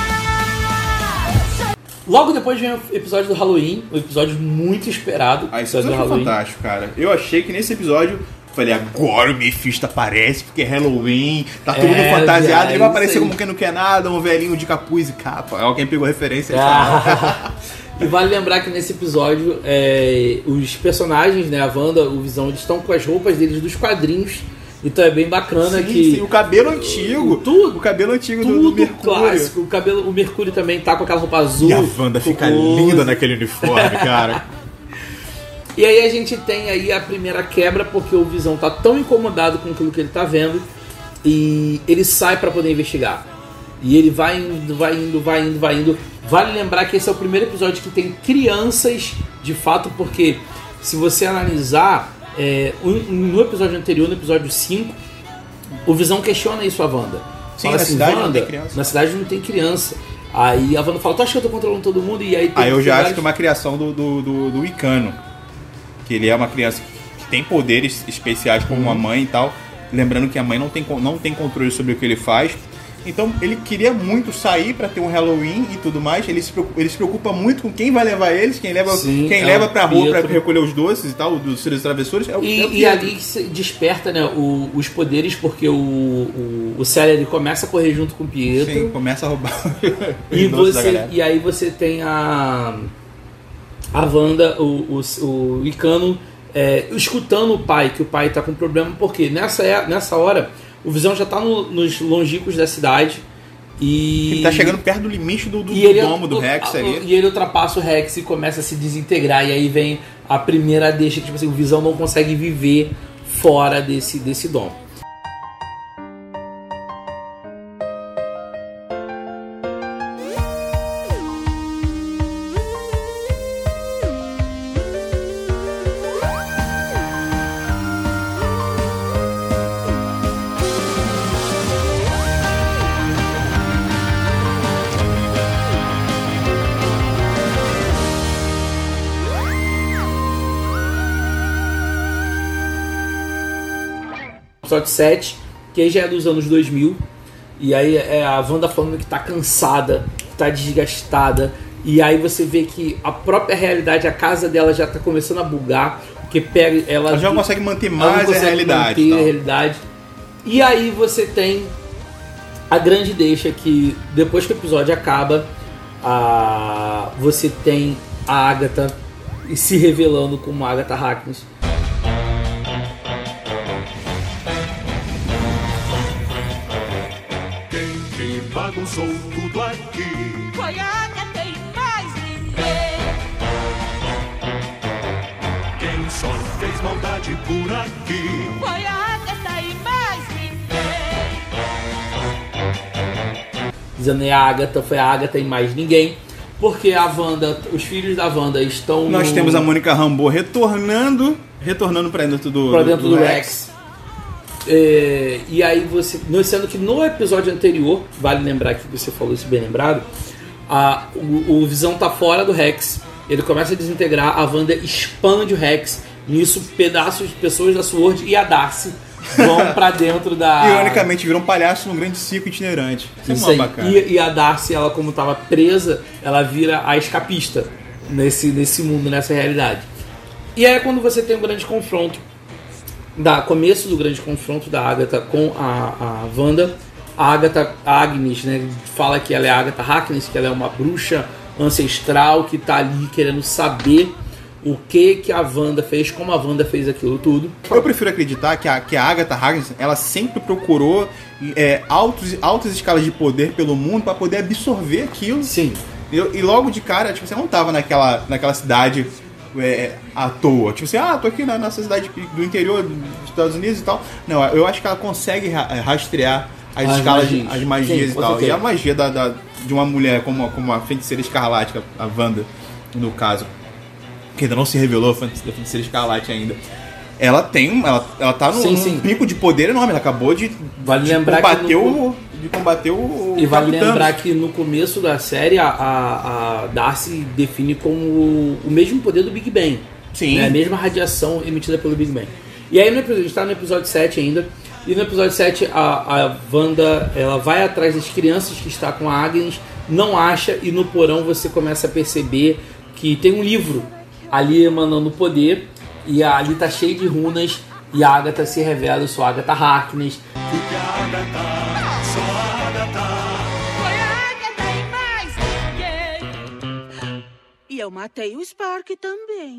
Logo depois vem o episódio do Halloween, um episódio muito esperado. Ah, esse episódio é fantástico, cara. Eu achei que nesse episódio, falei, agora o Mephisto aparece, porque é Halloween, tá todo mundo é, fantasiado, ele vai aparecer como quem não quer nada, um velhinho de capuz e capa. Alguém pegou referência. Ah. E vale lembrar que nesse episódio, é, os personagens, né, a Wanda, o Visão, eles estão com as roupas deles dos quadrinhos. Então é bem bacana. Sim, que sim, o cabelo antigo, tudo, o cabelo antigo tudo do, do Mercúrio. Clássico. O cabelo, o Mercúrio também tá com aquela roupa azul. E a Wanda fica linda naquele uniforme, cara. E aí a gente tem aí a primeira quebra, porque o Visão tá tão incomodado com aquilo que ele tá vendo, e ele sai para poder investigar. E ele vai indo, vai indo, vai indo, vai indo. Vale lembrar que esse é o primeiro episódio que tem crianças, de fato, porque se você analisar, é, no episódio anterior, no episódio cinco, o Visão questiona isso a Wanda. Sim, fala na assim, cidade Wanda, não tem criança. Na cidade não tem criança. Aí a Wanda fala, tu acha que eu tô controlando todo mundo? E aí, aí eu já acho que é uma criação do, do, do, do Icano. Que ele é uma criança que tem poderes especiais como uhum. uma mãe e tal. Lembrando que a mãe não tem, não tem controle sobre o que ele faz. Então ele queria muito sair pra ter um Halloween e tudo mais. Ele se preocupa, ele se preocupa muito com quem vai levar eles, quem leva, Sim, quem é leva pra rua Pietro. pra recolher os doces e tal, dos Filhos Travessores. É o, E, é o e ali se desperta, né, o- os poderes, porque o, o, o Celery começa a correr junto com o Pietro. Sim, começa a roubar os E, doces da você, galera. e aí você tem a a Wanda, o, o, o Icano, é, escutando o pai, que o pai tá com problema, porque nessa, é- nessa hora o Visão já tá no- nos longínquos da cidade e... Ele tá chegando perto do limite do, do, e do ele, domo do Rex a- ali. E ele ultrapassa o Rex e começa a se desintegrar, e aí vem a primeira deixa que tipo assim, o Visão não consegue viver fora desse, desse domo. Episódio sete, que aí já é dos anos dois mil, e aí é a Wanda falando que tá cansada, que tá desgastada, e aí você vê que a própria realidade, a casa dela já tá começando a bugar, porque pega ela... Ela já não consegue manter ela não mais a consegue realidade. manter tal. a realidade. E aí você tem a grande deixa que depois que o episódio acaba, a... você tem a Agatha se revelando como Agatha Harkness. Quem que bagunçou tudo aqui? Foi a Agatha e mais ninguém. Quem só fez maldade por aqui? Foi a Agatha e mais ninguém. Dizendo que a Agatha foi a Agatha e mais ninguém, porque a Wanda, os filhos da Wanda estão Nós no- temos a Mônica Rambeau retornando, retornando pra dentro do, pra dentro do, Rex. É, e aí você, no- sendo que no episódio anterior, vale lembrar que você falou isso bem lembrado, a, o, o Visão tá fora do Rex, ele começa a desintegrar, a Wanda expande o Rex, nisso pedaços de pessoas da SWORD e a Darcy vão pra dentro da... Ironicamente, virou um palhaço num grande circo itinerante. Isso, Isso é aí. muito bacana. E, e a Darcy, ela como estava presa, ela vira a escapista nesse, nesse mundo, nessa realidade. E aí é quando você tem um grande confronto, da começo do grande confronto da Agatha com a, a Wanda. A Agatha, a Agnes, né, fala que ela é a Agatha Harkness, que ela é uma bruxa ancestral que tá ali querendo saber o que que a Wanda fez, como a Wanda fez aquilo tudo. Eu prefiro acreditar que a, que a Agatha Harkness, ela sempre procurou é, altos, altas escalas de poder pelo mundo para poder absorver aquilo. Sim. E, e logo de cara, tipo, você não tava naquela, naquela cidade é, à toa. Tipo assim, ah, tô aqui na nossa cidade do interior dos Estados Unidos e tal. Não, eu acho que ela consegue ra- rastrear as, As escalas, magias. as magias Sim, e com tal. certeza. E a magia da, da- de uma mulher como, como a Feiticeira Escarlate, a Wanda, no caso, que ainda não se revelou a Feiticeira Escarlate ainda. Ela tem, ela, ela tá num, Sim, num sim. pico de poder enorme. Ela acabou de, Vale de lembrar que combater no- o de combater o E vale Capitão. lembrar que no começo da série a, a, a Darcy define como o, o mesmo poder do Big Bang. Sim. Né? A mesma radiação emitida pelo Big Bang. E aí no episódio, a gente tá no episódio sete ainda. E no episódio sete a, a Wanda ela vai atrás das crianças que está com a Agnes, não acha, e no porão você começa a perceber que tem um livro ali emanando poder. E ali tá cheio de runas. E a Agatha se revela, eu sou a Agatha Harkness. Porque a Agatha, só a Agatha. Foi a Agatha e mais ninguém. E eu matei o Spark também.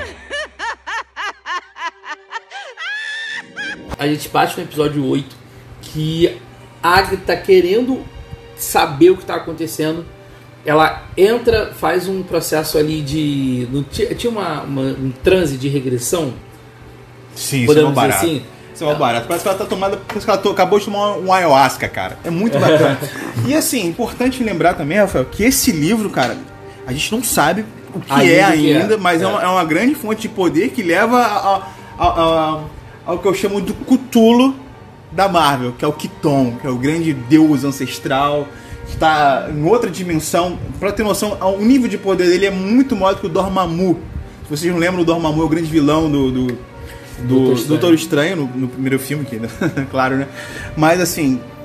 A gente bate no episódio oito que a Agatha, querendo saber o que está acontecendo, ela entra, faz um processo ali de... no- tinha tinha uma, uma- um transe de regressão, Sim, isso é podemos mal dizer barato. assim. Isso é mal barato. Parece que ela tá tomada. Parece que ela to- acabou de tomar um ayahuasca, cara. É muito bacana. E assim, importante lembrar também, Rafael, que esse livro, cara, a gente não sabe o que Ainda é o que é. ainda, mas é. É. uma, é uma grande fonte de poder que leva a- a- a- a- ao que eu chamo do Cthulhu da Marvel, que é o Kiton, que é o grande deus ancestral, que está em outra dimensão. Pra ter noção, o nível de poder dele é muito maior do que o Dormammu. Se vocês não lembram, o Dormammu é o grande vilão do, do, do Doutor Estranho. Doutor Estranho no, no primeiro filme, que, claro, né? Mas assim,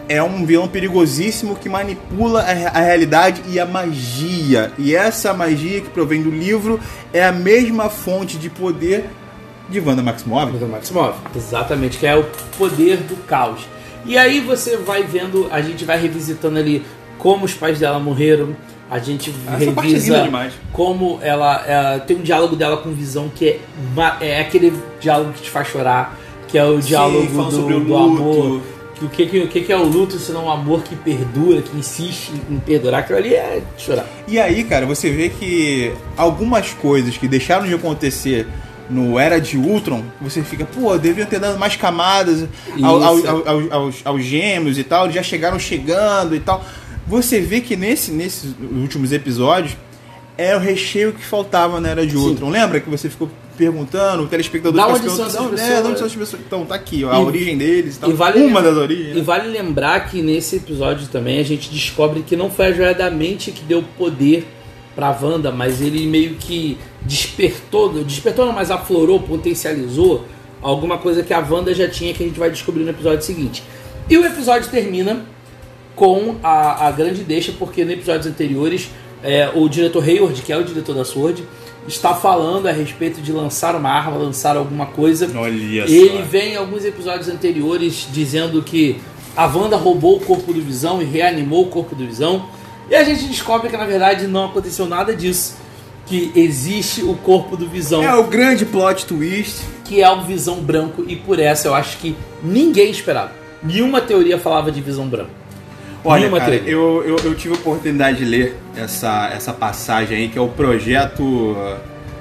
é um vilão perigosíssimo que manipula a, a realidade e a magia. E essa magia que provém do livro é a mesma fonte de poder de Wanda Maximoff. Wanda Maximoff, exatamente, que é o poder do caos. E aí você vai vendo, a gente vai revisitando ali como os pais dela morreram, a gente Essa parte é linda revisa demais. como ela, ela tem um diálogo dela com Visão que é, uma- é aquele diálogo que te faz chorar, que é o diálogo falando do, sobre o do luto. amor. Que o, que, que, o que que é o luto senão o amor que perdura, que insiste em perdurar, aquilo ali é de chorar. E aí, cara, você vê que algumas coisas que deixaram de acontecer no Era de Ultron, você fica, pô, deviam ter dado mais camadas ao, ao, Isso. ao, ao, aos, aos gêmeos e tal, eles já chegaram chegando e tal. Você vê que nesse, nesses últimos episódios é o recheio que faltava na Era de Ultron. Lembra que você ficou perguntando, o telespectador Da ficava onde são perguntando, essas "Não, é, pessoas?" de onde são essas pessoas? Então, tá aqui, ó, a E- origem deles e tal. E vale Uma lembra- das origens. E né? vale lembrar que nesse episódio também a gente descobre que não foi a joia da mente que deu poder pra Wanda, mas ele meio que despertou, despertou não, mas aflorou, potencializou alguma coisa que a Wanda já tinha, que a gente vai descobrir no episódio seguinte. E o episódio termina com a, a grande deixa, porque no episódios anteriores é, o diretor Hayward, que é o diretor da Sword, está falando a respeito de lançar uma arma, lançar alguma coisa. Olha Ele só. vem em alguns episódios anteriores dizendo que a Wanda roubou o corpo do Visão e reanimou o corpo do Visão. E a gente descobre que na verdade não aconteceu nada disso. Que existe o corpo do Visão, É o grande plot twist. que é o Visão branco, e por essa eu acho que ninguém esperava. Nenhuma teoria falava de Visão branco. Olha, Nenhuma cara, teoria. eu, eu, eu tive a oportunidade de ler essa, essa passagem aí, que é o projeto... Como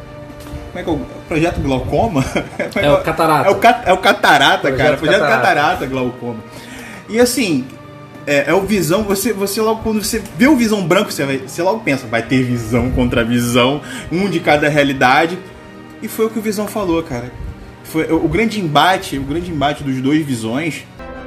é que é o projeto Glaucoma? É o Catarata. É o, ca- é o Catarata, Projeto cara. Projeto Catarata. Catarata, Glaucoma. E assim, é, é o Visão, você, você logo, quando você vê o Visão branco, você, vai, você logo pensa, vai ter Visão contra Visão, um de cada realidade. E foi o que o Visão falou, cara. Foi o, o grande embate, o grande embate dos dois Visões.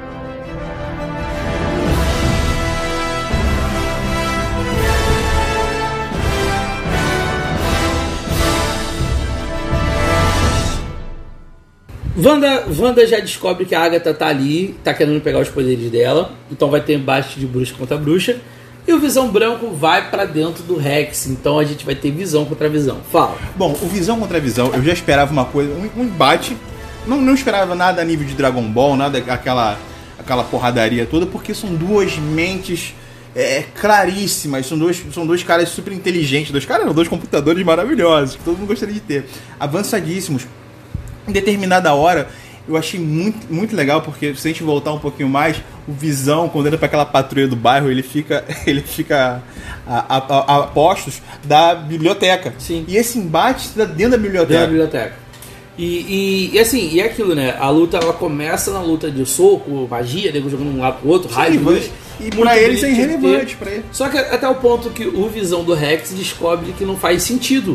Wanda, Wanda já descobre que a Agatha tá ali, tá querendo pegar os poderes dela, então vai ter embate de bruxa contra bruxa. E o Visão Branco vai pra dentro do Rex, então a gente vai ter Visão contra Visão. Fala. Bom, o Visão contra Visão, eu já esperava uma coisa, um, um embate. Não, não esperava nada a nível de Dragon Ball, nada aquela, aquela porradaria toda, porque são duas mentes é, claríssimas, são dois, são dois caras super inteligentes, dois caras não, dois computadores maravilhosos, que todo mundo gostaria de ter, avançadíssimos. Em determinada hora, eu achei muito, muito legal, porque se a gente voltar um pouquinho mais, o Visão, quando entra para aquela patrulha do bairro, ele fica, ele fica a, a, a, a postos da biblioteca. Sim. E esse embate está dentro da Dentro biblioteca. da biblioteca. E, e, e assim, e é aquilo, né? A luta, ela começa na luta de soco, magia, nego jogando um lado pro outro, raio, Sim, luz. e muito pra eles é bonito de irrelevante, ter. pra ele. Só que até o ponto que o Visão do Rex descobre que não faz sentido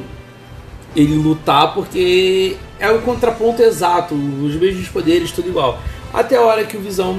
ele lutar, porque é o contraponto exato, os mesmos poderes, tudo igual. Até a hora que o Visão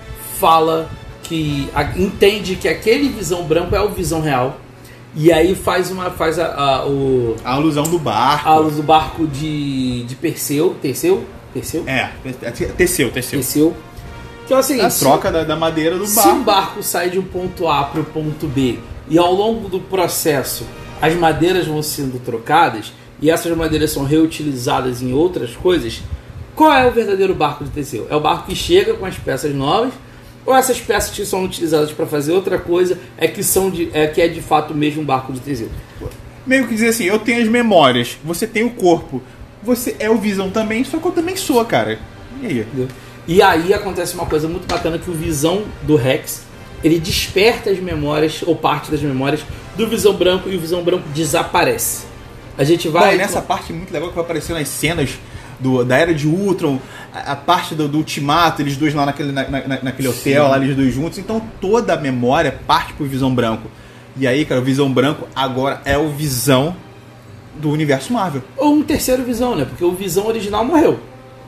fala que a, entende que aquele Visão branco é o Visão real, e aí faz uma faz a, a, o, A alusão do barco. a luz do barco de, de Perseu, Perseu, Perseu, É, teceu, teceu. Perseu, que é o seguinte, A troca da, da madeira do se o barco. barco sai de um ponto A para o ponto B e ao longo do processo as madeiras vão sendo trocadas e essas madeiras são reutilizadas em outras coisas, qual é o verdadeiro barco de Teseu? É o barco que chega com as peças novas, ou essas peças que são utilizadas para fazer outra coisa é que, são de, é que é de fato o mesmo barco de Teseu? Meio que dizer assim, eu tenho as memórias, você tem o corpo, você é o Visão também, só que eu também sou, cara. E aí? Entendeu? E aí acontece uma coisa muito bacana, que o Visão do Rex, ele desperta as memórias, ou parte das memórias, do Visão Branco, e o Visão Branco desaparece. A gente vai... Bom, e nessa parte muito legal que vai aparecer nas cenas do, da Era de Ultron, a, a parte do, do Ultimato, eles dois lá naquele, na, na, naquele hotel, Sim. lá eles dois juntos, então toda a memória parte pro Visão Branco. E aí, cara, o Visão Branco agora é o Visão do universo Marvel. Ou um terceiro Visão, né? Porque o Visão original morreu.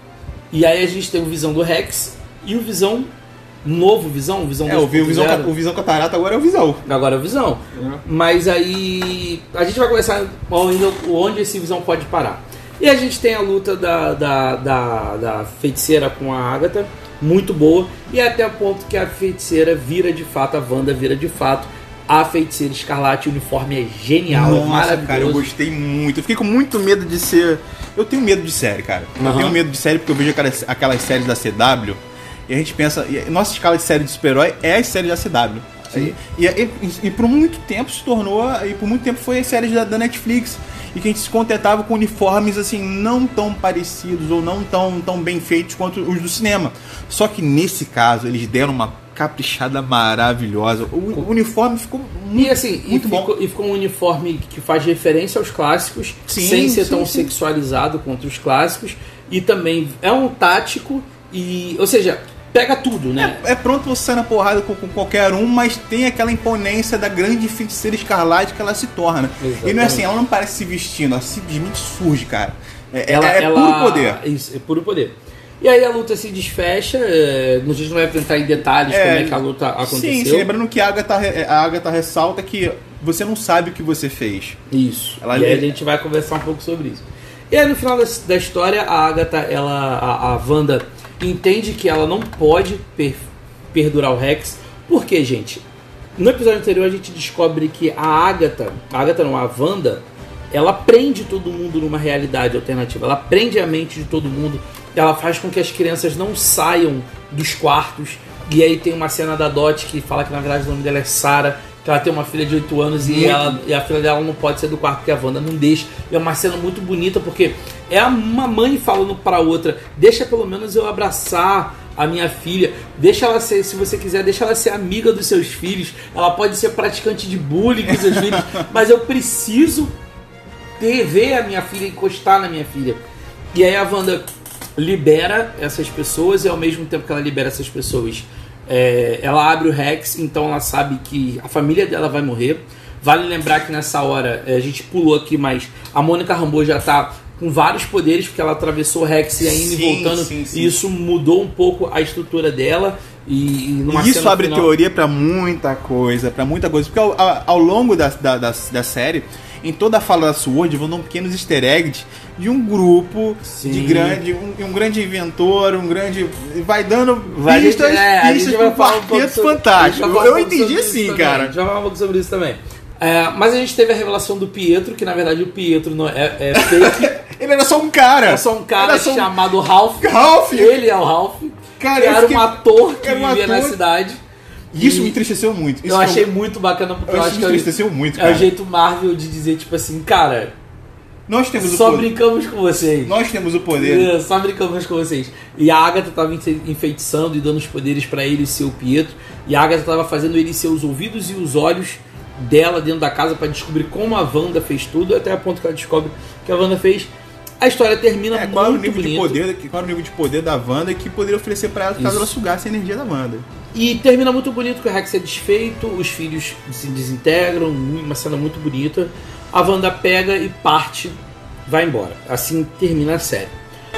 E aí a gente tem o Visão do Rex e o Visão... Novo Visão, o Visão É, o, Vi- o, Visão, zero. o Visão Catarata agora é o Visão. Agora é o Visão. Mas aí a gente vai começar onde, onde esse Visão pode parar. E a gente tem a luta da, da, da, da feiticeira com a Agatha. muito boa, e até o ponto que a feiticeira vira de fato, a Wanda vira de fato a Feiticeira Escarlate. O uniforme é genial, Nossa, é maravilhoso. cara, eu gostei muito. Eu fiquei com muito medo de ser... Eu tenho medo de série, cara. Eu Uhum. tenho medo de série porque eu vejo aquelas, aquelas séries da C W e a gente pensa... E a nossa escala de série de super-herói é as séries da C W. E, e, e, e por muito tempo se tornou... E por muito tempo foi as séries da, da Netflix. E que a gente se contentava com uniformes assim, não tão parecidos ou não tão, tão bem feitos quanto os do cinema. Só que nesse caso, eles deram uma caprichada maravilhosa. O, o uniforme ficou muito, E assim, muito e bom. ficou, e ficou um uniforme que faz referência aos clássicos, Sim, sem ser sim, tão sim. sexualizado quanto os clássicos. E também é um tático, e, ou seja, pega tudo, né? É pronto você sair na porrada com, com qualquer um, mas tem aquela imponência da grande feiticeira escarlate que ela se torna. Exatamente. E não é assim, ela não parece se vestindo, ela simplesmente surge, cara. É, Ela, é, é ela- puro poder. Isso, é puro poder. E aí a luta se desfecha, é, a gente não vai entrar em detalhes É, como é que a luta aconteceu. Sim, sim, lembrando que a Agatha, a Agatha ressalta que você não sabe o que você fez. Isso. Ela e aí lê- a gente vai conversar um pouco sobre isso. E aí no final da, da história, a Agatha, ela, a, a Wanda entende que ela não pode per- perdurar o Rex. Por quê, gente? No episódio anterior a gente descobre que a Agatha, a Agatha não, a Wanda, ela prende todo mundo numa realidade alternativa. Ela prende a mente de todo mundo. Ela faz com que as crianças não saiam dos quartos. E aí tem uma cena da Dot que fala que na verdade o nome dela é Sarah, que ela tem uma filha de oito anos e, Muito. ela, e a filha dela não pode sair do quarto porque a Wanda não deixa. E é uma cena muito bonita porque é uma mãe falando pra outra: deixa pelo menos eu abraçar a minha filha, deixa ela ser, se você quiser, deixa ela ser amiga dos seus filhos, ela pode ser praticante de bullying com seus filhos, mas eu preciso ter, ver a minha filha, encostar na minha filha. E aí a Wanda libera essas pessoas e ao mesmo tempo que ela libera essas pessoas, é, ela abre o Rex, então ela sabe que a família dela vai morrer. Vale lembrar que nessa hora, é, a gente pulou aqui, mas a Mônica Rambeau já tá com vários poderes, porque ela atravessou o Rex e ainda Sim, voltando, sim, sim. e isso mudou um pouco a estrutura dela. E, e numa E isso cena abre final- teoria pra muita coisa, pra muita coisa. Porque ao, ao- ao longo da, da, da, da série, em toda a fala da Sword, vão dar um pequenos easter eggs de um grupo Sim. de grande, um, um grande inventor, um grande... Vai dando Vai, pistas, a gente, é, a pistas gente vai pro falar um pouco Quarteto sobre- Fantástico. a gente vai falar um Eu pouco entendi sobre isso assim, também. A cara. gente vai falar um pouco sobre isso também. É, mas a gente teve a revelação do Pietro, que na verdade o Pietro não é, é fake. Ele era só um cara. É só um cara Era só um- chamado Ralph. Ralph! Ele é o Ralph. Cara, que eu era fiquei- um ator que era um vivia na ator. cidade. Isso E me entristeceu muito. Isso eu foi- achei muito bacana, porque eu, eu acho acho que que me é, entristeceu muito, o- é cara. o jeito Marvel de dizer, tipo assim, cara, Nós temos o só poder. brincamos com vocês. Nós temos o poder. É, só brincamos com vocês. E a Agatha tava enfe- enfeitiçando e dando os poderes pra ele ser o Pietro. E a Agatha tava fazendo ele ser os ouvidos e os olhos dela dentro da casa pra descobrir como a Wanda fez tudo, até o ponto que ela descobre que a Wanda fez. A história termina É, qual era o muito nível de bonito. poder, qual era o nível de poder da Wanda que poderia oferecer pra ela caso Isso. ela sugasse a energia da Wanda. E termina muito bonito, que o Rex é desfeito, os filhos se desintegram, uma cena muito bonita. A Wanda pega e parte, vai embora. Assim termina a série.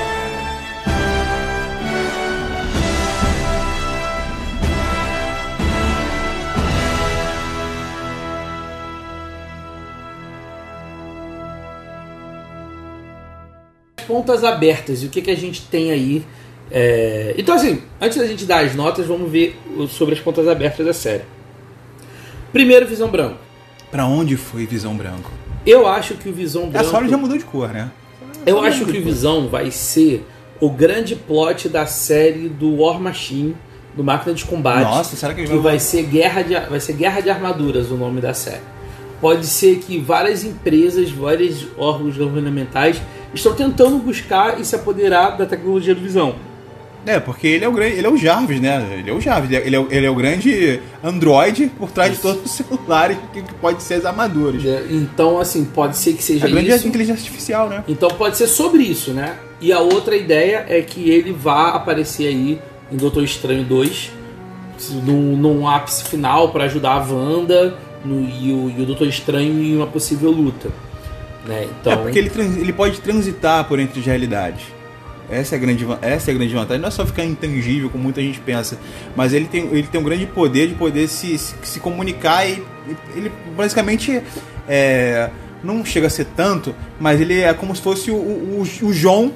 Pontas abertas, e o que, que a gente tem aí? É, Então, assim, antes da gente dar as notas, vamos ver o- sobre as pontas abertas da série. Primeiro, Visão Branco. Pra onde foi Visão Branco? Eu acho que o Visão A Branco. Sora já mudou de cor, né? Eu Só acho mudou que de o cor. Visão vai ser o grande plot da série do War Machine, do Máquina de Combate. Nossa, será que ele que vai- vai ser Guerra de vai ser Guerra de Armaduras o nome da série. Pode ser que várias empresas, vários órgãos governamentais estão tentando buscar e se apoderar da tecnologia do Visão. É, porque ele é o grande, ele é o Jarvis, né? Ele é o Jarvis, ele é, o- ele é o grande androide por trás de todos os celulares que, que pode ser as armaduras. Então, assim, pode ser que seja A grande isso. inteligência artificial, né? Então pode ser sobre isso, né? E a outra ideia é que ele vá aparecer aí em Doutor Estranho dois, num, num ápice final para ajudar a Wanda no, e, o, e o Doutor Estranho em uma possível luta. Né? Então, É porque ele, trans- ele pode transitar por entre as realidades. Essa é, a grande, van- essa é a grande vantagem. Não é só ficar intangível, como muita gente pensa, mas ele tem, ele tem um grande poder de poder se, se, se comunicar e e ele basicamente é, não chega a ser tanto, mas ele é como se fosse o, o, o João,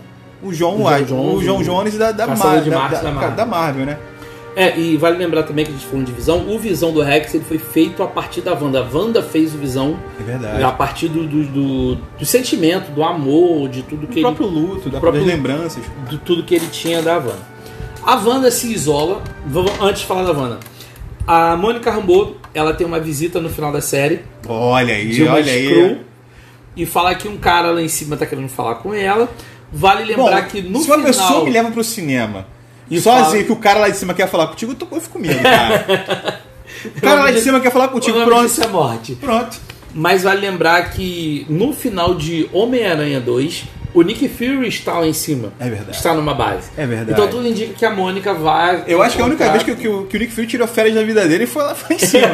o John, o White, John o John Jones da, da, Caçador Mar, de da, Marte da, da Marvel. da Marvel, né? É, e vale lembrar também que a gente falou de Visão, o Visão do Rex ele foi feito a partir da Wanda. A Wanda fez o Visão É verdade. a partir do, do, do, do sentimento, do amor, de tudo que Do ele... próprio luto, da, próprio- das lembranças. de tudo que ele tinha da Wanda. A Wanda se isola. Vamos, antes de falar da Wanda, a Mônica Rambeau, ela tem uma visita no final da série Olha aí, de uma olha aí. Skrull e fala que um cara lá em cima tá querendo falar com ela. Vale lembrar Bom, que no se uma final... pessoa me leva pro cinema E sozinho fala- que o cara lá de cima quer falar contigo, eu, tô, eu fico com medo, cara. O cara lá de cima quer falar contigo, o nome pronto. disso é morte. Pronto. Mas vale lembrar que no final de Homem-Aranha dois, o Nick Fury está lá em cima. É verdade. Está numa base. É verdade. Então tudo indica que a Mônica vai... Eu acho que a única encontrar- vez que, que o, que o Nick Fury tirou férias da vida dele foi lá, foi em cima.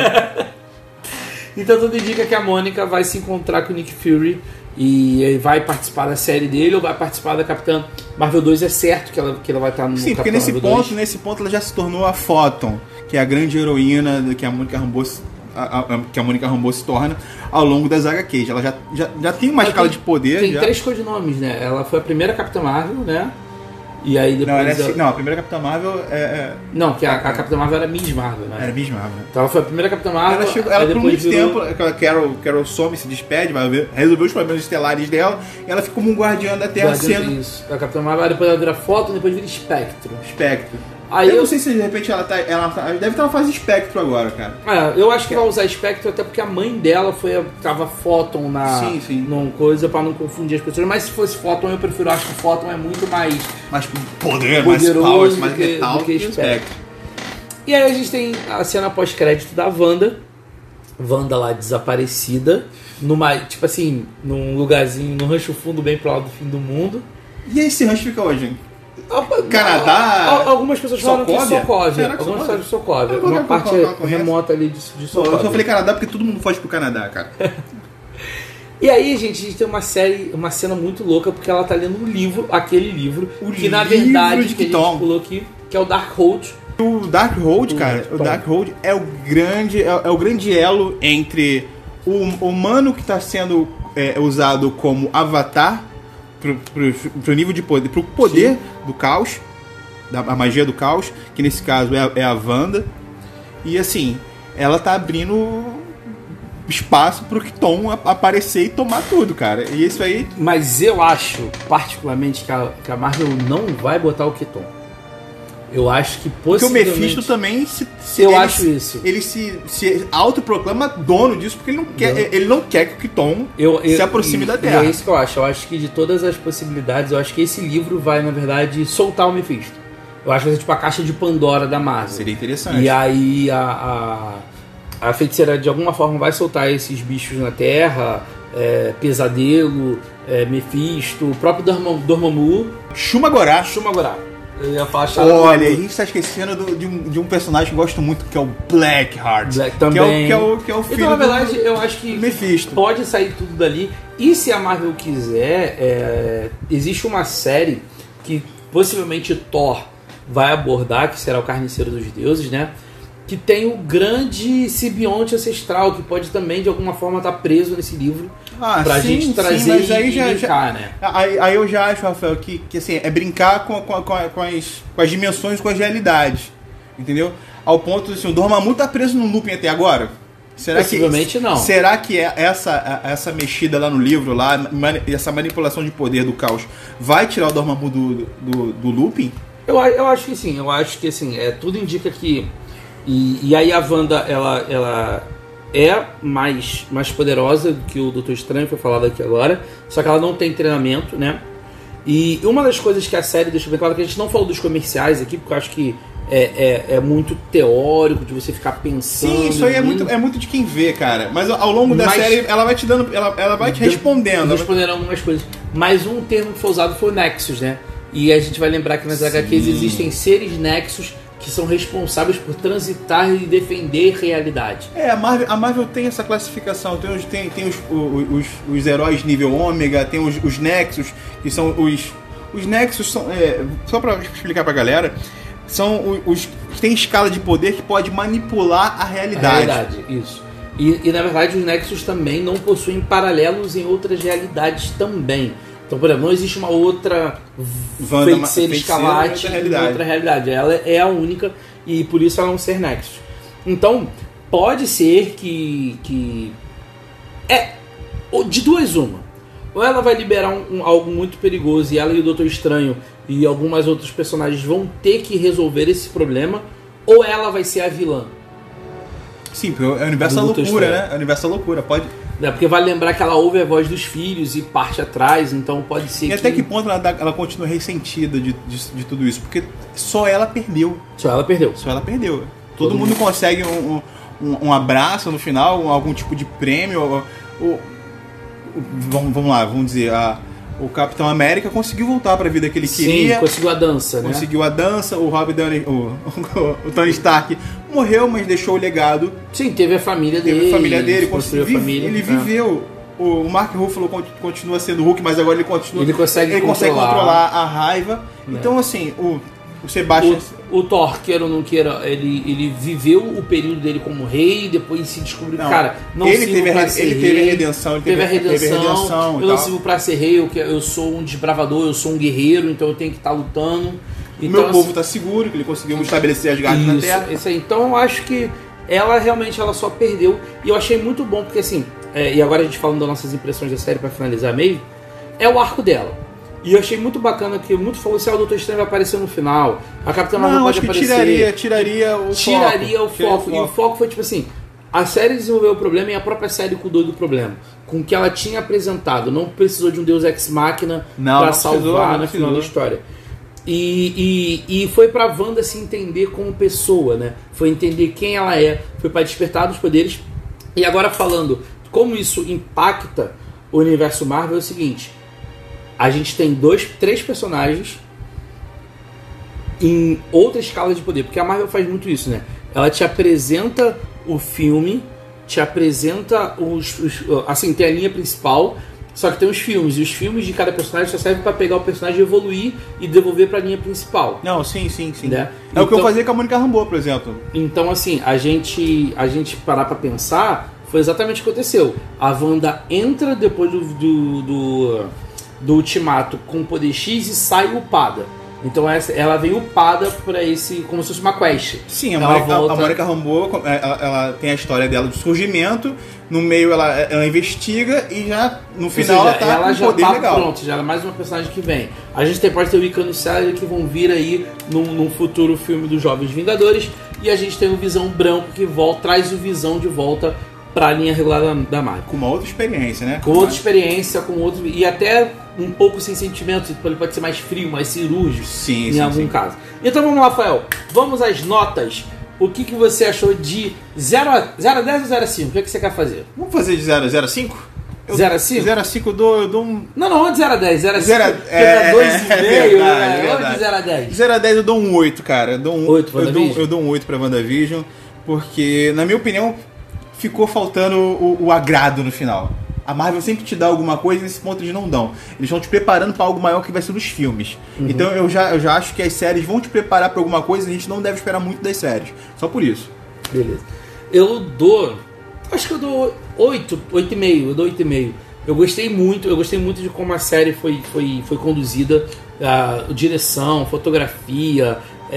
Então tudo indica que a Mônica vai se encontrar com o Nick Fury e ele vai participar da série dele ou vai participar da Capitã Marvel dois. É certo que ela, que ela vai estar no Sim, porque Capitã nesse Marvel ponto, dois. nesse ponto ela já se tornou a Photon, que é a grande heroína do que a Mônica Rambeau se, a, a, que a Mônica Rambeau se torna ao longo das H Qs. Ela já, já, já tem uma Ela escala tem- de poder. Tem já. três codinomes, né? Ela foi a primeira Capitã Marvel, né? E aí depois... Não, ela é ela- assim- não, a primeira Capitã Marvel é, é, Não, que a, a Capitã Marvel era Miss Marvel, né? era Miss Marvel. Então ela foi a primeira Capitã Marvel. Ela, chegou, aí ela por depois muito virou- tempo, a Carol, Carol some, se despede, vai ver, resolveu os problemas estelares dela, e ela fica como um guardião da Terra, Guardiã- sendo Isso. A Capitã Marvel, aí depois ela vira Photon, depois vira Espectro. espectro. Aí eu, eu- não sei se de repente ela tá. Ela tá- deve estar na fase espectro agora, cara. É, eu acho que vai usar Spectre até porque a mãe dela foi a- tava Photon na Sim, sim. numa coisa pra não confundir as pessoas. Mas se fosse Photon, eu prefiro, acho que Photon é muito mais Mais poder, mais poderoso power, do mais que, letal do que que o Spectre. espectro. E aí a gente tem a cena pós-crédito da Wanda. Wanda lá desaparecida, numa, tipo assim, num lugarzinho, no rancho fundo bem pro lado do fim do mundo. E aí esse rancho fica hoje? Ah, Canadá? ah, Algumas pessoas falam que Sokovia? Sokovia. Será que Algumas Sokovia? falam que Sokovia. Eu vou Uma colocar- parte colocar com essa. remota ali de, de Eu Sokovia. só falei Canadá porque todo mundo foge pro Canadá, cara. E aí, gente, a gente tem uma série, uma cena muito louca, porque ela tá lendo um livro, aquele livro, O que na livro verdade de que a gente Kiton. pulou aqui, que é o Darkhold. O Darkhold, cara, o Tom. Darkhold é o grande, é, é o grande elo entre o humano que está sendo é, usado como avatar pro, pro, pro nível de poder, pro poder Sim. do caos, da a magia do caos, que nesse caso é a, é a Wanda. E assim, ela tá abrindo espaço pro Kiton a- aparecer e tomar tudo, cara. E isso aí Mas eu acho, particularmente, que a, que a Marvel não vai botar o Keton. Eu acho que porque o possivelmente... Mephisto também se, se Eu ele acho se- isso. Ele se, se autoproclama dono disso porque ele não quer, Não. ele não quer que o Kiton Eu, eu, se aproxime e, da Terra. E é isso que eu acho. Eu acho que de todas as possibilidades, eu acho que esse livro vai, na verdade, soltar o Mephisto. Eu acho que vai ser tipo a caixa de Pandora da Marvel. Seria interessante. E aí a, a, a feiticeira de alguma forma vai soltar esses bichos na Terra, é, Pesadelo, é, Mephisto, o próprio Dormammu, Dormammu Shumagorá. Shumagorá. Eu ia falar Charada Olha, a Dormammu. gente tá esquecendo do- de, um, de um personagem que eu gosto muito, que é o Blackheart. Black que, é o, também. que, é o, que é o filho Então, na do- verdade, eu acho que do Mephisto. pode sair tudo dali. E se a Marvel quiser, é, existe uma série que possivelmente Thor vai abordar, que será o Carniceiro dos Deuses, né? Que tem o grande simbionte ancestral, que pode também, de alguma forma, estar preso nesse livro. Ah, pra sim, gente sim, trazer mas e, aí e já- brincar, né? Aí, aí eu já acho, Rafael, que, que assim, é brincar com, com, com, com as, com as dimensões, com as realidades. Entendeu? Ao ponto de assim, o Dormammu tá preso no looping até agora? Será Possivelmente que, não. Será que é essa, essa mexida lá no livro, lá, mani- essa manipulação de poder do caos, vai tirar o Dormammu do, do, do looping? Eu, a- eu acho que sim, eu acho que assim, é, tudo indica que. E, e aí a Wanda, ela, ela é mais, mais poderosa do que o Doutor Estranho, foi falado aqui agora, só que ela não tem treinamento, né? E uma das coisas que a série deixa bem claro, que a gente não falou dos comerciais aqui, porque eu acho que é, é, é muito teórico de você ficar pensando. Sim, isso aí é em- muito, é muito de quem vê, cara. Mas ao longo da Mas- série, ela vai te dando, ela, ela vai te respondendo. Respondendo algumas coisas. Mas um termo que foi usado foi o Nexus, né? E a gente vai lembrar que nas H Qs existem seres Nexus que são responsáveis por transitar e defender realidade. É, a Marvel, a Marvel tem essa classificação. Tem os, tem, tem os, os, os, os heróis nível ômega, tem os, os Nexus, que são os. Os Nexus são. É, só pra explicar pra galera, são os, os que têm escala de poder que pode manipular a A realidade. realidade, isso. E, e na verdade os Nexus também não possuem paralelos em outras realidades também. Então, por exemplo, não existe uma outra Wanda, feiticeira uma feiticeira escarlate em outra em realidade. outra realidade. Ela é a única e por isso ela é um ser Nexus. Então, pode ser que... que é de duas uma. Ou ela vai liberar um, um, algo muito perigoso e ela e o Doutor Estranho e algumas outros personagens vão ter que resolver esse problema, ou ela vai ser a vilã. Sim, porque é o universo da Do Doutor loucura, Estranho. né? É o universo da loucura, pode... É, porque vale lembrar que ela ouve a voz dos filhos e parte atrás, então pode ser E que... até que ponto ela, dá- ela continua ressentida de, de, de tudo isso? Porque só ela perdeu. Só ela perdeu. Só ela perdeu. Todo, Todo mundo, mundo. consegue um, um, um abraço no final, um- algum tipo de prêmio. O, o- o- vamos, vamos lá, vamos dizer, a, o Capitão América conseguiu voltar para a vida que ele Sim, queria. conseguiu a dança, né? Conseguiu a dança, o Robert Downey, o, o, o Tony Stark morreu, mas deixou o legado. Sim, teve a família Teve dele. a família dele, construiu conseguiu, a família. ele é. viveu. O Mark Ruffalo con- continua sendo Hulk, mas agora ele continua. Ele consegue ele consegue controlar. controlar a raiva. É. Então, assim, o, o Sebastian. O, o Thor, queira ou não queira, ele, ele viveu o período dele como rei e depois se descobriu que, Não, cara, não ele sirvo teve a pra re- ser ele rei. teve a redenção, ele teve, teve- a redenção, teve a redenção e eu não tal. sirvo pra ser rei, eu, que- eu sou um desbravador, eu sou um guerreiro, então eu tenho que estar lutando. O Então, meu povo tá seguro, que ele conseguiu estabelecer as garras na Isso, Terra. isso aí. Então eu acho que ela realmente ela só perdeu. E eu achei muito bom, porque assim, é, e agora a gente falando das nossas impressões da série pra finalizar meio, é o arco dela. E eu achei muito bacana que muito falou assim, ah, o Doutor Estranho vai aparecer no final, a Capitã Marvel Não, pode acho que aparecer. tiraria, tiraria o Tiraria foco. o foco. E o foco foi tipo assim, a série desenvolveu o problema e a própria série cuidou do problema. Com o que ela tinha apresentado. Não precisou de um Deus Ex Machina Não, pra não precisou, salvar não no final da precisou. história. E, e, e foi pra Wanda se entender como pessoa, né? Foi entender quem ela é, foi pra despertar dos poderes. E agora falando como isso impacta o universo Marvel, é o seguinte: a gente tem dois, três personagens em outra escala de poder, porque a Marvel faz muito isso, né? Ela te apresenta o filme, te apresenta os, os assim, tem a linha principal, só que tem os filmes, e os filmes de cada personagem só servem pra pegar o personagem, evoluir e devolver pra linha principal. Não, sim, sim, sim. Né? É o que eu Então- fazia com a Mônica Rambeau, por exemplo. Então, assim, a gente, a gente parar pra pensar, foi exatamente o que aconteceu. A Wanda entra depois do, do, do, do Ultimato com poder X e sai upada. Então essa, ela vem upada pra esse, como se fosse uma quest. Sim, a Ela Mônica, volta- a Mônica Rambeau, ela, ela tem a história dela de surgimento, no meio ela, ela investiga e já no Ou final seja, ela tá com já poder tá legal. pronto, já é mais uma personagem que vem. A gente tem, pode ter o Wiccan e o Celery que vão vir aí num, num futuro filme dos Jovens Vingadores, e a gente tem o Visão Branco que volta, traz o Visão de volta pra linha regular da, da Marvel. Com uma outra experiência, né? Com outra experiência, com outro. E até um pouco sem sentimentos, ele pode ser mais frio, mais cirúrgico Sim, em sim, algum sim. caso. Então vamos lá, Rafael. Vamos às notas. O que, que você achou de zero a dez ou zero a cinco? O que, que você quer fazer? Vamos fazer de zero a zero a cinco? zero a cinco? zero a cinco eu dou, eu dou um... Não, não, vamos de zero a dez. zero a cinco, Zero a- porque é, dá dois é, e é meio, verdade, né? é Vamos verdade. de zero a dez. zero a dez eu dou um oito, cara. Eu dou um oito pra eu dou, WandaVision? eu dou um oito pra WandaVision, porque, na minha opinião, ficou faltando o, o agrado no final. A Marvel sempre te dá alguma coisa e nesse ponto eles não dão. Eles estão te preparando para algo maior que vai ser nos filmes. Uhum. Então eu já, eu já acho que as séries vão te preparar para alguma coisa e a gente não deve esperar muito das séries. Só por isso. Beleza. Eu dou. Acho que eu dou oito, oito e meio. Eu dou oito e meio. Eu gostei muito, eu gostei muito de como a série foi, foi, foi conduzida, a direção, fotografia,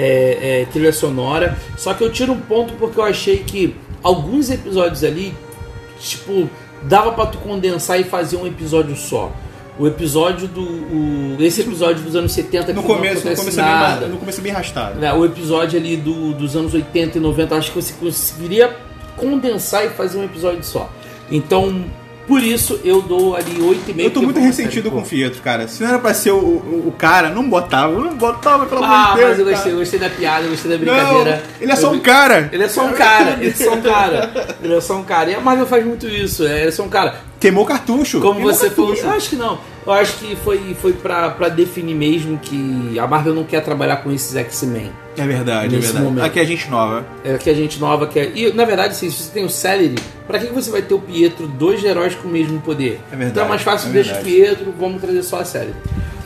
é, é, trilha sonora. Só que eu tiro um ponto porque eu achei que alguns episódios ali, tipo, dava pra tu condensar e fazer um episódio só. O episódio do. O, esse episódio dos anos setenta que No não começo, no acontece começo, é bem, nada. ma- no começo é bem arrastado. Né, o episódio ali do, dos anos oitenta e noventa, acho que você conseguiria condensar e fazer um episódio só. Então, por isso eu dou ali oito e meio. Eu tô muito ressentido com o Fietro, cara. Se não era pra ser o, o, o cara, não botava. Não botava, pelo amor Ah, de Deus. mas eu gostei, cara. eu gostei da piada, eu gostei da Não, brincadeira. ele é só Eu- um cara. Ele é só um cara, ele é só um cara. Ele é só um cara. E a Marvel faz muito isso, é, ele é só um cara. Queimou cartucho. Como Queimou você falou, cartucho. eu acho que não. Eu acho que foi, foi pra, pra definir mesmo que a Marvel não quer trabalhar com esses X-Men. É verdade, é Nesse verdade. momento. Aqui é gente nova. É que a gente nova quer. E na verdade, sim, se você tem o Celery, pra que você vai ter o Pietro, dois heróis com o mesmo poder? É verdade, Então é mais fácil, é deixa o verdade. Pietro, vamos trazer só a Celery.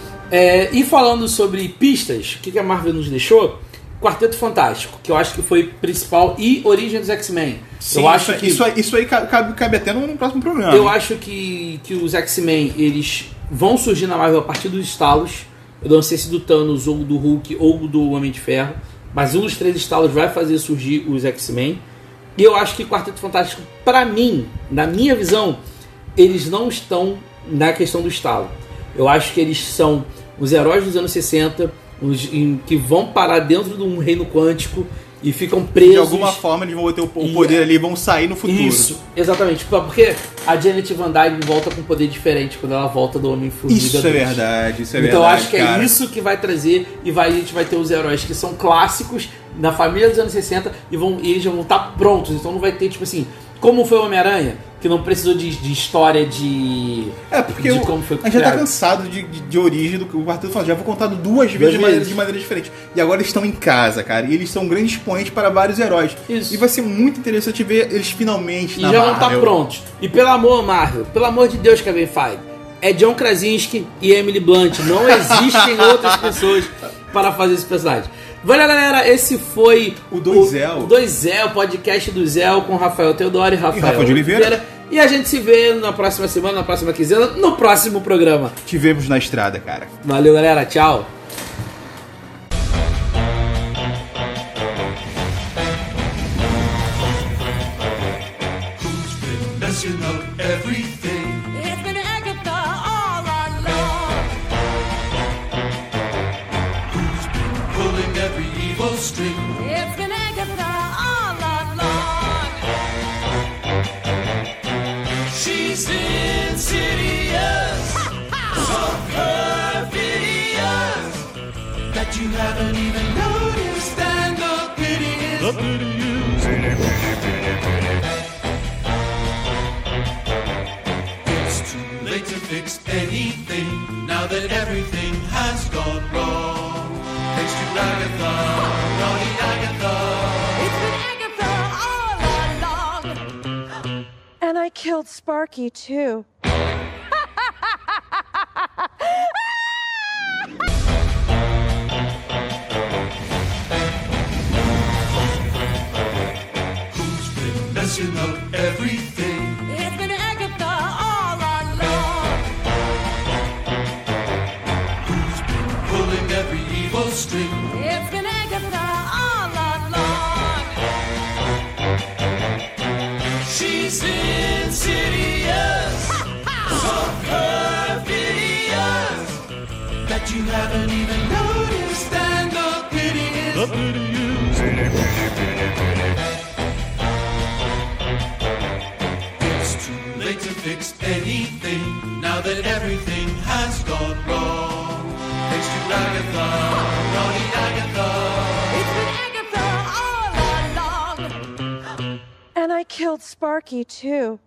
É, e falando sobre pistas, o que que a Marvel nos deixou? Quarteto Fantástico, que eu acho que foi principal, e Origem dos X-Men. Sim, Eu acho isso, que isso, aí- isso aí cabe, cabe até no, no próximo programa. eu acho que, que os X-Men, eles vão surgir na Marvel a partir dos estalos. Eu não sei se do Thanos, ou do Hulk, ou do Homem de Ferro, mas um dos três estalos vai fazer surgir os X-Men. E eu acho que Quarteto Fantástico, pra mim, na minha visão, eles não estão na questão do estalo. Eu acho que eles são os heróis dos anos sessenta, os, em, que vão parar dentro de um reino quântico e ficam presos. De alguma forma eles vão ter o poder e, ali e vão sair no futuro. Isso, exatamente. Porque a Janet Van Dyne volta com um poder diferente quando ela volta do Homem-Formiga. Isso é verdade, isso é então, verdade. Então acho que cara. é isso que vai trazer, e vai, a gente vai ter os heróis que são clássicos na família dos anos sessenta e, vão, e eles já vão estar prontos. Então não vai ter, tipo assim, como foi o Homem-Aranha, que não precisou de, de história de. É, porque de eu, como foi a gente já tá criado. cansado de, de, de origem do que o Quarteto Fantástico. Já foi contado duas vezes de maneira, de maneira diferente. E agora eles estão em casa, cara. E eles são grandes expoentes para vários heróis. Isso. E vai ser muito interessante ver eles finalmente E na já vão Marvel. estar prontos. E pelo amor, Marvel, pelo amor de Deus, Kevin Feige, é John Krasinski e Emily Blunt. Não existem outras pessoas para fazer esse personagem. Valeu, galera. Esse foi O dois L. O dois L, o podcast do Zé com Rafael Teodoro e Rafael, E Rafa de Oliveira. E a gente se vê na próxima semana, na próxima quinzena, no próximo programa. Te vemos na estrada, cara. Valeu, galera. Tchau. Who's been messing up everything? It's been Agatha all along. Who's been pulling every evil string? It's been Agatha all along. She's insidious, so perfidious that you haven't even noticed, and the pity is the pity is it's too late to fix anything now that everything has gone wrong. Thanks to Agatha, naughty Agatha. It's been Agatha all along. And I killed Sparky, too. Who's been messing up everything? It's been Agatha all along. Who's been pulling every evil string? It's been Agatha all along. She's insidious, so perfidious that you haven't even noticed, and the pity is the pity is it's too late to fix anything now that everything has gone wrong. Thanks to Agatha, naughty Agatha. It's been Agatha all along. And I killed Sparky, too.